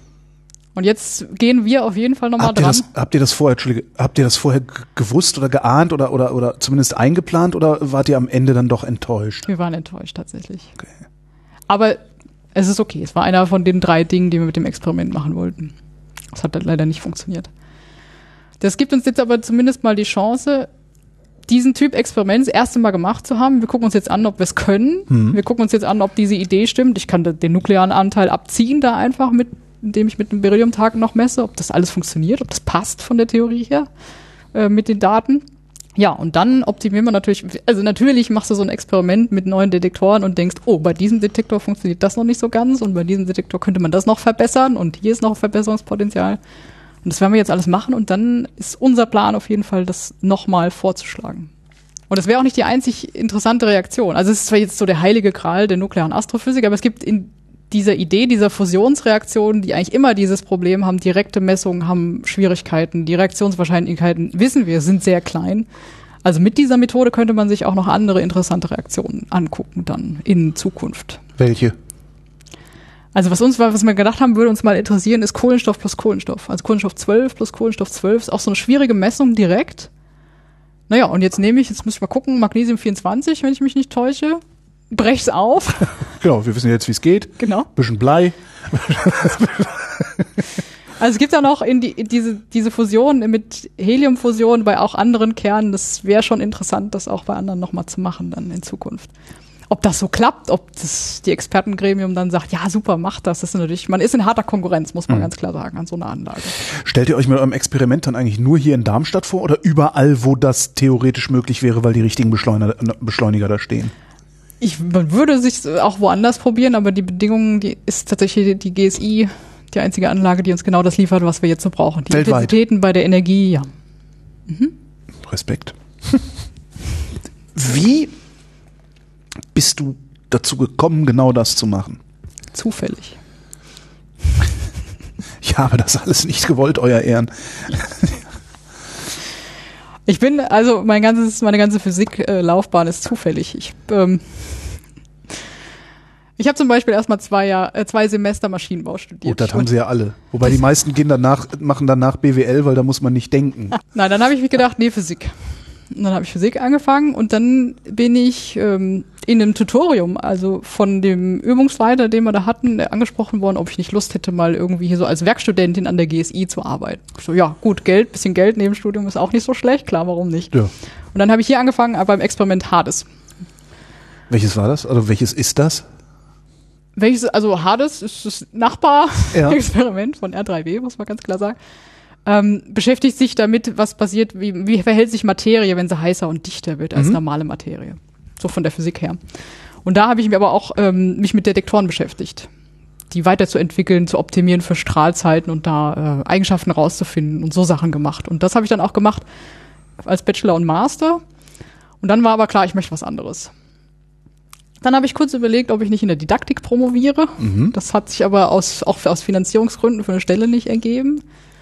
Und jetzt gehen wir auf jeden Fall nochmal Habt ihr dran. das, habt ihr das vorher, Entschuldige, habt ihr das vorher g- gewusst oder geahnt oder, oder, oder zumindest eingeplant oder wart ihr am Ende dann doch enttäuscht? Wir waren enttäuscht tatsächlich. Okay. Aber es ist okay. Es war einer von den drei Dingen, die wir mit dem Experiment machen wollten. Das hat dann leider nicht funktioniert. Das gibt uns jetzt aber zumindest mal die Chance, diesen Typ Experiment das erste Mal gemacht zu haben. Wir gucken uns jetzt an, ob wir es können. Mhm. Wir gucken uns jetzt an, ob diese Idee stimmt. Ich kann den nuklearen Anteil abziehen da einfach mit, indem ich mit dem Beryllium-Tag noch messe, ob das alles funktioniert, ob das passt von der Theorie her äh, mit den Daten. Ja, und dann optimieren wir natürlich, also natürlich machst du so ein Experiment mit neuen Detektoren und denkst, oh, bei diesem Detektor funktioniert das noch nicht so ganz und bei diesem Detektor könnte man das noch verbessern und hier ist noch Verbesserungspotenzial. Und das werden wir jetzt alles machen und dann ist unser Plan auf jeden Fall, das nochmal vorzuschlagen. Und das wäre auch nicht die einzig interessante Reaktion. Also es ist zwar jetzt so der heilige Gral der nuklearen Astrophysik, aber es gibt in dieser Idee, dieser Fusionsreaktionen, die eigentlich immer dieses Problem haben, direkte Messungen haben Schwierigkeiten, die Reaktionswahrscheinlichkeiten, wissen wir, sind sehr klein. Also mit dieser Methode könnte man sich auch noch andere interessante Reaktionen angucken dann in Zukunft. Welche? Also was uns, was wir gedacht haben, würde uns mal interessieren, ist Kohlenstoff plus Kohlenstoff. Also Kohlenstoff zwölf plus Kohlenstoff zwölf ist auch so eine schwierige Messung direkt. Naja, und jetzt nehme ich, jetzt muss ich mal gucken, Magnesium vierundzwanzig, wenn ich mich nicht täusche. Brech's auf. Genau, wir wissen jetzt, wie es geht. Genau. Bisschen Blei. Also es gibt ja noch in die, in diese, diese Fusion mit Heliumfusion bei auch anderen Kernen. Das wäre schon interessant, das auch bei anderen nochmal zu machen dann in Zukunft. Ob das so klappt, ob das die Expertengremium dann sagt, ja super, macht das. Das ist natürlich, man ist in harter Konkurrenz, muss man mhm. ganz klar sagen, an so einer Anlage. Stellt ihr euch mit eurem Experiment dann eigentlich nur hier in Darmstadt vor oder überall, wo das theoretisch möglich wäre, weil die richtigen Beschleuniger, Beschleuniger da stehen? Ich, man würde sich auch woanders probieren, aber die Bedingungen, die ist tatsächlich die G S I, die einzige Anlage, die uns genau das liefert, was wir jetzt so brauchen. Die weltweit. Intensitäten bei der Energie, ja. Mhm. Respekt. Wie bist du dazu gekommen, genau das zu machen? Zufällig. Ja, aber das alles nicht gewollt, euer Ehren. Ich bin, also mein ganzes, meine ganze Physiklaufbahn ist zufällig. Ich, ähm, ich habe zum Beispiel erstmal zwei Jahr, äh, zwei Semester Maschinenbau studiert. Gut, das haben sie ja alle. Wobei die meisten gehen danach, machen danach B W L, weil da muss man nicht denken. Nein, dann habe ich mir gedacht, nee, Physik. Und dann habe ich Physik angefangen und dann bin ich ähm, in einem Tutorium, also von dem Übungsleiter, den wir da hatten, angesprochen worden, ob ich nicht Lust hätte, mal irgendwie hier so als Werkstudentin an der G S I zu arbeiten. So, ja, gut, Geld, bisschen Geld neben Studium ist auch nicht so schlecht, klar, warum nicht? Ja. Und dann habe ich hier angefangen, aber beim Experiment Hades. Welches war das? Also welches ist das? Welches, also Hades ist das Nachbar-Experiment Ja. von R drei B, muss man ganz klar sagen. Ähm, beschäftigt sich damit, was passiert, wie, wie verhält sich Materie, wenn sie heißer und dichter wird als Mhm. normale Materie. So von der Physik her. Und da habe ich mir aber auch ähm, mich mit Detektoren beschäftigt, die weiterzuentwickeln, zu optimieren für Strahlzeiten und da äh, Eigenschaften rauszufinden und so Sachen gemacht. Und das habe ich dann auch gemacht als Bachelor und Master. Und dann war aber klar, ich möchte was anderes. Dann habe ich kurz überlegt, ob ich nicht in der Didaktik promoviere. Mhm. Das hat sich aber aus, auch aus Finanzierungsgründen für eine Stelle nicht ergeben.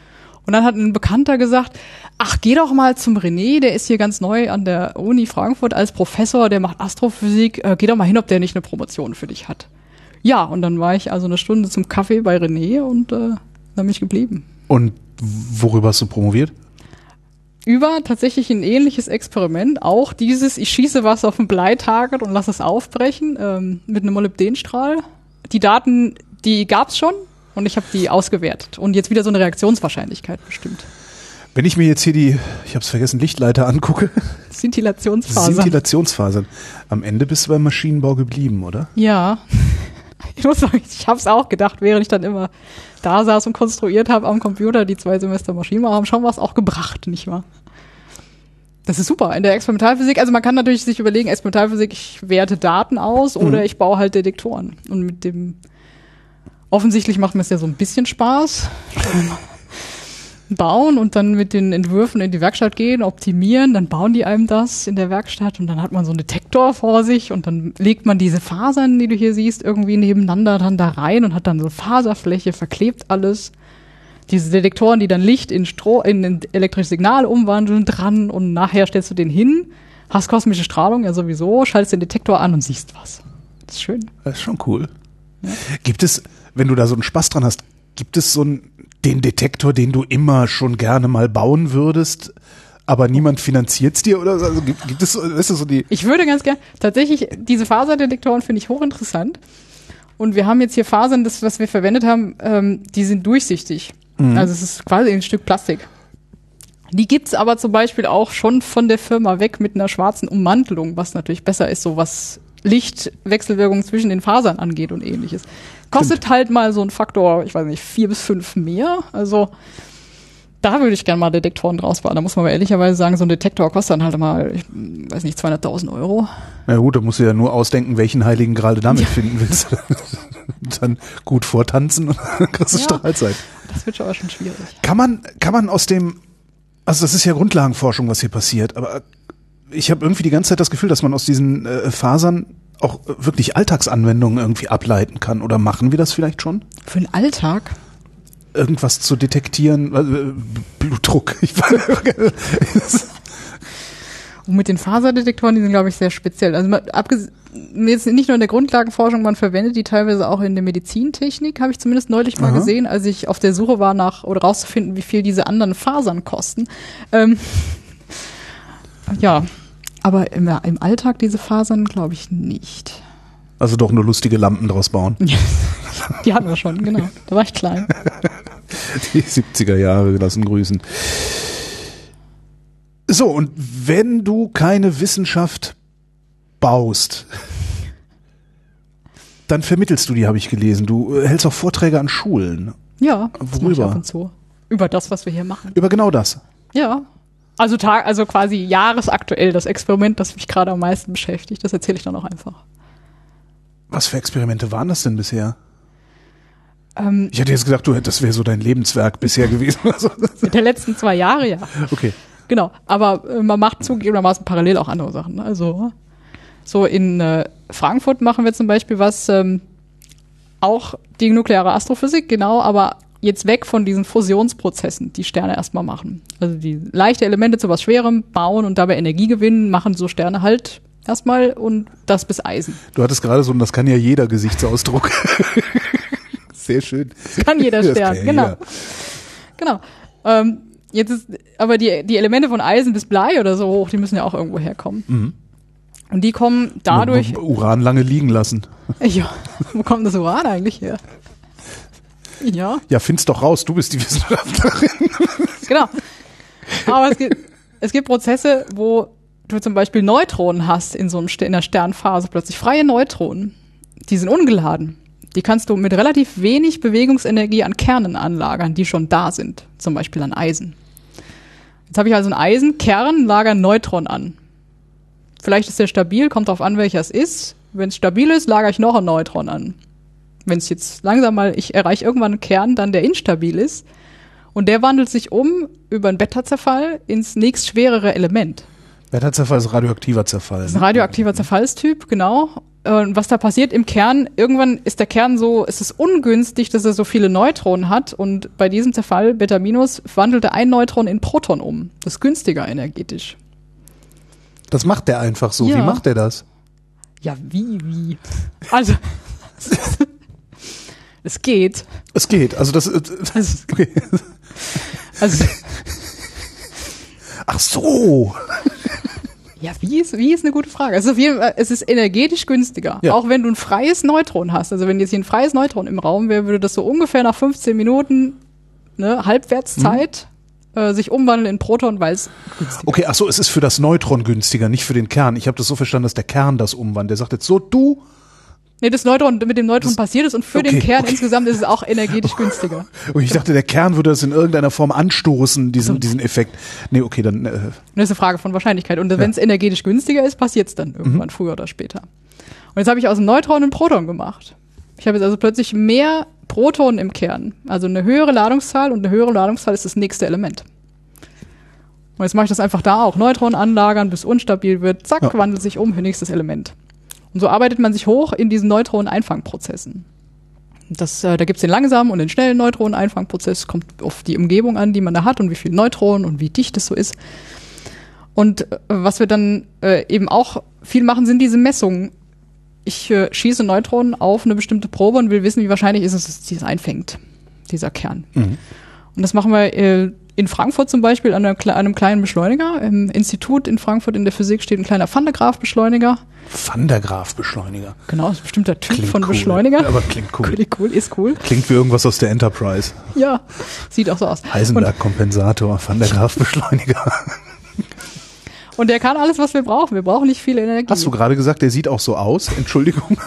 Und dann hat ein Bekannter gesagt, ach, geh doch mal zum René, der ist hier ganz neu an der Uni Frankfurt als Professor, der macht Astrophysik, äh, geh doch mal hin, ob der nicht eine Promotion für dich hat. Ja, und dann war ich also eine Stunde zum Kaffee bei René und äh, dann bin ich geblieben. Und worüber hast du promoviert? Über tatsächlich ein ähnliches Experiment, auch dieses, ich schieße was auf ein Bleitarget und lasse es aufbrechen ähm, mit einem Molybdenstrahl. Die Daten, die gab's schon und ich habe die ausgewertet und jetzt wieder so eine Reaktionswahrscheinlichkeit bestimmt. Wenn ich mir jetzt hier die, ich habe es vergessen, Lichtleiter angucke. Szintillationsfasern. Szintillationsfasern. Am Ende bist du beim Maschinenbau geblieben, oder? Ja. Ich muss sagen, ich habe es auch gedacht, während ich dann immer da saß und konstruiert habe am Computer, die zwei Semester Maschinenbau haben schon was auch gebracht, nicht wahr? Das ist super. In der Experimentalphysik, also man kann natürlich sich überlegen, Experimentalphysik, ich werte Daten aus oder mhm. ich baue halt Detektoren. Und mit dem, offensichtlich macht mir es ja so ein bisschen Spaß. Bauen und dann mit den Entwürfen in die Werkstatt gehen, optimieren, dann bauen die einem das in der Werkstatt und dann hat man so einen Detektor vor sich und dann legt man diese Fasern, die du hier siehst, irgendwie nebeneinander dann da rein und hat dann so Faserfläche, verklebt alles. Diese Detektoren, die dann Licht in, Stro- in ein elektrisches Signal umwandeln, dran und nachher stellst du den hin, hast kosmische Strahlung ja sowieso, schaltest den Detektor an und siehst was. Das ist schön. Das ist schon cool. Ja. Gibt es, wenn du da so einen Spaß dran hast, gibt es so einen, den Detektor, den du immer schon gerne mal bauen würdest, aber niemand finanziert's dir oder so? Also gibt, gibt es, weißt du, so die? Ich würde ganz gerne, tatsächlich, diese Faserdetektoren finde ich hochinteressant. Und wir haben jetzt hier Fasern, das, was wir verwendet haben, ähm, die sind durchsichtig. Mhm. Also es ist quasi ein Stück Plastik. Die gibt's aber zum Beispiel auch schon von der Firma weg mit einer schwarzen Ummantelung, was natürlich besser ist, so was Lichtwechselwirkung zwischen den Fasern angeht und ähnliches. Kostet Stimmt. halt mal so ein Faktor, ich weiß nicht, vier bis fünf mehr. Also da würde ich gerne mal Detektoren draus bauen. Da muss man aber ehrlicherweise sagen, so ein Detektor kostet dann halt mal, ich weiß nicht, zweihunderttausend Euro. Na gut, da musst du ja nur ausdenken, welchen Heiligen Gral du damit ja. finden willst. Dann gut vortanzen und dann kriegst du ja, Strahlzeit. Das wird schon aber schon schwierig. Kann man, kann man aus dem, also das ist ja Grundlagenforschung, was hier passiert, aber ich habe irgendwie die ganze Zeit das Gefühl, dass man aus diesen äh, Fasern auch wirklich Alltagsanwendungen irgendwie ableiten kann. Oder machen wir das vielleicht schon? Für den Alltag? Irgendwas zu detektieren, äh, Blutdruck. Ich weiß. Und mit den Faserdetektoren, die sind, glaube ich, sehr speziell. Also man, abges- jetzt nicht nur in der Grundlagenforschung, man verwendet die teilweise auch in der Medizintechnik, habe ich zumindest neulich mal Aha. gesehen, als ich auf der Suche war nach, oder rauszufinden, wie viel diese anderen Fasern kosten. Ähm, ja, aber im, im Alltag diese Fasern glaube ich nicht. Also doch nur lustige Lampen draus bauen. Die hatten wir schon, genau. Da war ich klein. Die siebziger Jahre lassen grüßen. So, und wenn du keine Wissenschaft baust, dann vermittelst du die, habe ich gelesen. Du hältst auch Vorträge an Schulen. Ja, das mache ich worüber? Ab und zu. Über das, was wir hier machen. Über genau das? Ja. Also Tag, also quasi jahresaktuell das Experiment, das mich gerade am meisten beschäftigt. Das erzähle ich dann auch einfach. Was für Experimente waren das denn bisher? Ähm, ich hätte jetzt gedacht, du, das wäre so dein Lebenswerk bisher gewesen. Mit der letzten zwei Jahre, ja. Okay. Genau, aber äh, man macht zugegebenermaßen parallel auch andere Sachen. Also so in äh, Frankfurt machen wir zum Beispiel was, ähm, auch die nukleare Astrophysik, genau, aber jetzt weg von diesen Fusionsprozessen, die Sterne erstmal machen. Also die leichte Elemente zu was Schwerem bauen und dabei Energie gewinnen, machen so Sterne halt erstmal und das bis Eisen. Du hattest gerade so, das kann ja jeder Gesichtsausdruck. Sehr schön. Das kann jeder Das Stern, kann ja genau. jeder. Genau. Ähm, jetzt ist, aber die, die Elemente von Eisen bis Blei oder so hoch, die müssen ja auch irgendwo herkommen. Mhm. Und die kommen dadurch. Uran lange liegen lassen. Ja, wo kommt das Uran eigentlich her? Ja. Ja, find's doch raus, du bist die Wissenschaftlerin. Genau. Aber es gibt, es gibt Prozesse, wo du zum Beispiel Neutronen hast in so einem, in einer Sternphase, plötzlich freie Neutronen. Die sind ungeladen. Die kannst du mit relativ wenig Bewegungsenergie an Kernen anlagern, die schon da sind. Zum Beispiel an Eisen. Jetzt habe ich also einen Eisenkern, lagere einen Neutron an. Vielleicht ist der stabil, kommt drauf an, welcher es ist. Wenn es stabil ist, lagere ich noch einen Neutron an. Wenn es jetzt langsam mal, ich erreiche irgendwann einen Kern, dann der instabil ist. Und der wandelt sich um über einen Beta-Zerfall ins nächstschwerere Element. Beta-Zerfall ist radioaktiver Zerfall. Das ist ein radioaktiver Zerfallstyp, genau. Und was da passiert im Kern, irgendwann ist der Kern so, es ist ungünstig, dass er so viele Neutronen hat und bei diesem Zerfall, Beta minus, wandelt er ein Neutron in Proton um. Das ist günstiger energetisch. Das macht der einfach so. Ja. Wie macht der das? Ja, wie, wie? Also, es geht. Es geht. Also das, Also, okay. also Ach so. ja, wie ist, wie ist eine gute Frage. Also auf jeden Fall, es ist energetisch günstiger. Ja. Auch wenn du ein freies Neutron hast. Also wenn jetzt hier ein freies Neutron im Raum wäre, würde das so ungefähr nach fünfzehn Minuten, ne, Halbwertszeit, mhm. äh, sich umwandeln in Proton, weil es günstiger Okay, ach so, es ist für das Neutron günstiger, nicht für den Kern. Ich habe das so verstanden, dass der Kern das umwandelt. Der sagt jetzt so, du. Nee, das Neutron mit dem Neutron Das, passiert ist und für okay, den Kern okay. insgesamt ist es auch energetisch günstiger. Und ich dachte, der Kern würde das in irgendeiner Form anstoßen, diesen, diesen Effekt. Nee, okay, dann. Äh, Das ist eine Frage von Wahrscheinlichkeit. Und wenn es energetisch günstiger ist, passiert es dann irgendwann, mhm. früher oder später. Und jetzt habe ich aus dem Neutron ein Proton gemacht. Ich habe jetzt also plötzlich mehr Protonen im Kern. Also eine höhere Ladungszahl und eine höhere Ladungszahl ist das nächste Element. Und jetzt mache ich das einfach da auch. Neutron anlagern, bis unstabil wird. Zack, ja. wandelt sich um für nächstes Element. Und so arbeitet man sich hoch in diesen Neutroneneinfangprozessen. Das, äh, da gibt's den langsamen und den schnellen Neutroneneinfangprozess. Kommt auf die Umgebung an, die man da hat und wie viele Neutronen und wie dicht es so ist. Und äh, was wir dann äh, eben auch viel machen, sind diese Messungen. Ich äh, schieße Neutronen auf eine bestimmte Probe und will wissen, wie wahrscheinlich ist es, dass die es einfängt, dieser Kern. Mhm. Und das machen wir äh, in Frankfurt zum Beispiel an einer, einem kleinen Beschleuniger. Im Institut in Frankfurt in der Physik steht ein kleiner Van der Graaf-Beschleuniger. Van der Graaf-Beschleuniger. Genau, das ist ein bestimmter Typ klingt von cool. Beschleuniger. Ja, aber klingt cool. Klingt cool, ist cool. Klingt wie irgendwas aus der Enterprise. Ja, sieht auch so aus. Heisenberg-Kompensator, Van der Graaf-Beschleuniger. Und der kann alles, was wir brauchen. Wir brauchen nicht viel Energie. Hast du gerade gesagt, der sieht auch so aus? Entschuldigung.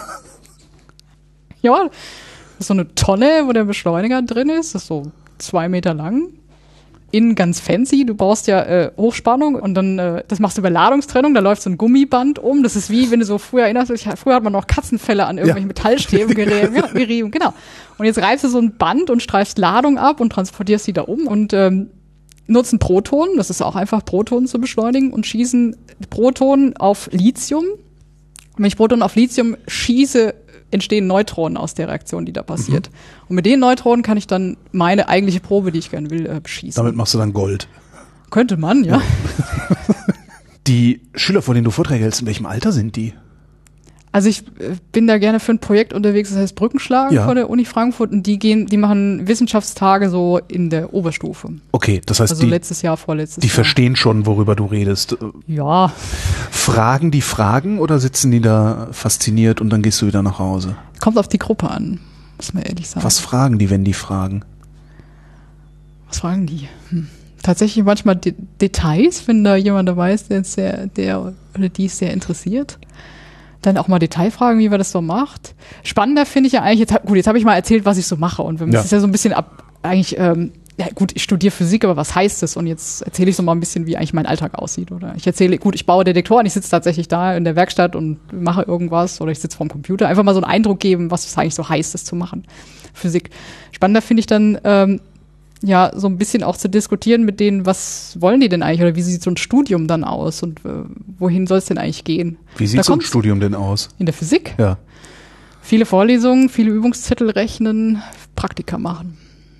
Ja, das ist so eine Tonne, wo der Beschleuniger drin ist. Das ist so zwei Meter lang. Innen ganz fancy. Du brauchst ja äh, Hochspannung und dann, äh, das machst du über Ladungstrennung. Da läuft so ein Gummiband um. Das ist wie, wenn du so früher erinnerst, ich, früher hat man noch Katzenfelle an irgendwelchen ja. Metallstäben gerieben, ja, gerieben. Genau. Und jetzt reibst du so ein Band und streifst Ladung ab und transportierst sie da um und ähm, nutzen Protonen. Das ist auch einfach, Protonen zu beschleunigen und schießen Protonen auf Lithium. Und wenn ich Protonen auf Lithium schieße, entstehen Neutronen aus der Reaktion, die da passiert. Mhm. Und mit den Neutronen kann ich dann meine eigentliche Probe, die ich gerne will, äh, beschießen. Damit machst du dann Gold. Könnte man, ja. ja. Die Schüler, von denen du Vorträge hältst, in welchem Alter sind die? Also ich äh, bin da gerne für ein Projekt unterwegs, das heißt Brückenschlagen ja. von der Uni Frankfurt und die gehen, die machen Wissenschaftstage so in der Oberstufe. Okay, das heißt, also die, letztes Jahr, vorletztes die Jahr. verstehen schon, worüber du redest. Ja. Fragen die Fragen oder sitzen die da fasziniert und dann gehst du wieder nach Hause? Kommt auf die Gruppe an, muss man ehrlich sagen. Was fragen die, wenn die fragen? Was fragen die? Hm. Tatsächlich manchmal De- Details, wenn da jemand dabei ist, der, sehr, der oder die ist sehr interessiert. Dann auch mal Detailfragen, wie man das so macht. Spannender finde ich ja eigentlich, jetzt, gut, jetzt habe ich mal erzählt, was ich so mache. Und das ja. ist ja so ein bisschen ab, eigentlich, ähm, ja gut, ich studiere Physik, aber was heißt das? Und jetzt erzähle ich so mal ein bisschen, wie eigentlich mein Alltag aussieht. Oder ich erzähle, gut, ich baue Detektoren, ich sitze tatsächlich da in der Werkstatt und mache irgendwas. Oder ich sitze vorm Computer. Einfach mal so einen Eindruck geben, was es eigentlich so heißt, das zu machen. Physik. Spannender finde ich dann, ähm, ja, so ein bisschen auch zu diskutieren mit denen, was wollen die denn eigentlich oder wie sieht so ein Studium dann aus und äh, wohin soll es denn eigentlich gehen? Wie sieht so ein Studium denn aus? In der Physik? Ja. Viele Vorlesungen, viele Übungszettel rechnen, Praktika machen.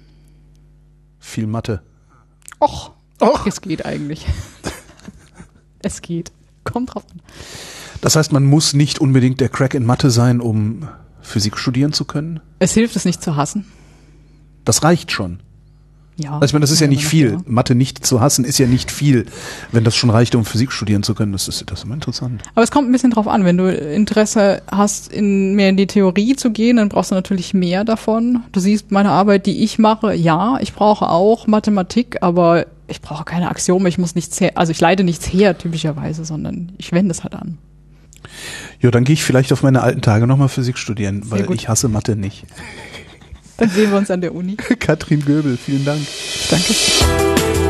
Viel Mathe. Och, Och. es geht eigentlich. Es geht. Kommt drauf an. Das heißt, man muss nicht unbedingt der Crack in Mathe sein, um Physik studieren zu können? Es hilft es nicht zu hassen. Das reicht schon. Ja. Also ich meine, das ist ja nicht viel. Mathe nicht zu hassen ist ja nicht viel, wenn das schon reicht, um Physik studieren zu können. Das ist, das ist immer interessant. Aber es kommt ein bisschen drauf an. Wenn du Interesse hast, in mehr in die Theorie zu gehen, dann brauchst du natürlich mehr davon. Du siehst meine Arbeit, die ich mache. Ja, ich brauche auch Mathematik, aber ich brauche keine Axiome. Ich muss nichts her, also ich leite nichts her typischerweise, sondern ich wende es halt an. Ja, dann gehe ich vielleicht auf meine alten Tage nochmal Physik studieren, weil ich hasse Mathe nicht. Dann sehen wir uns an der Uni. Katrin Göbel, vielen Dank. Danke.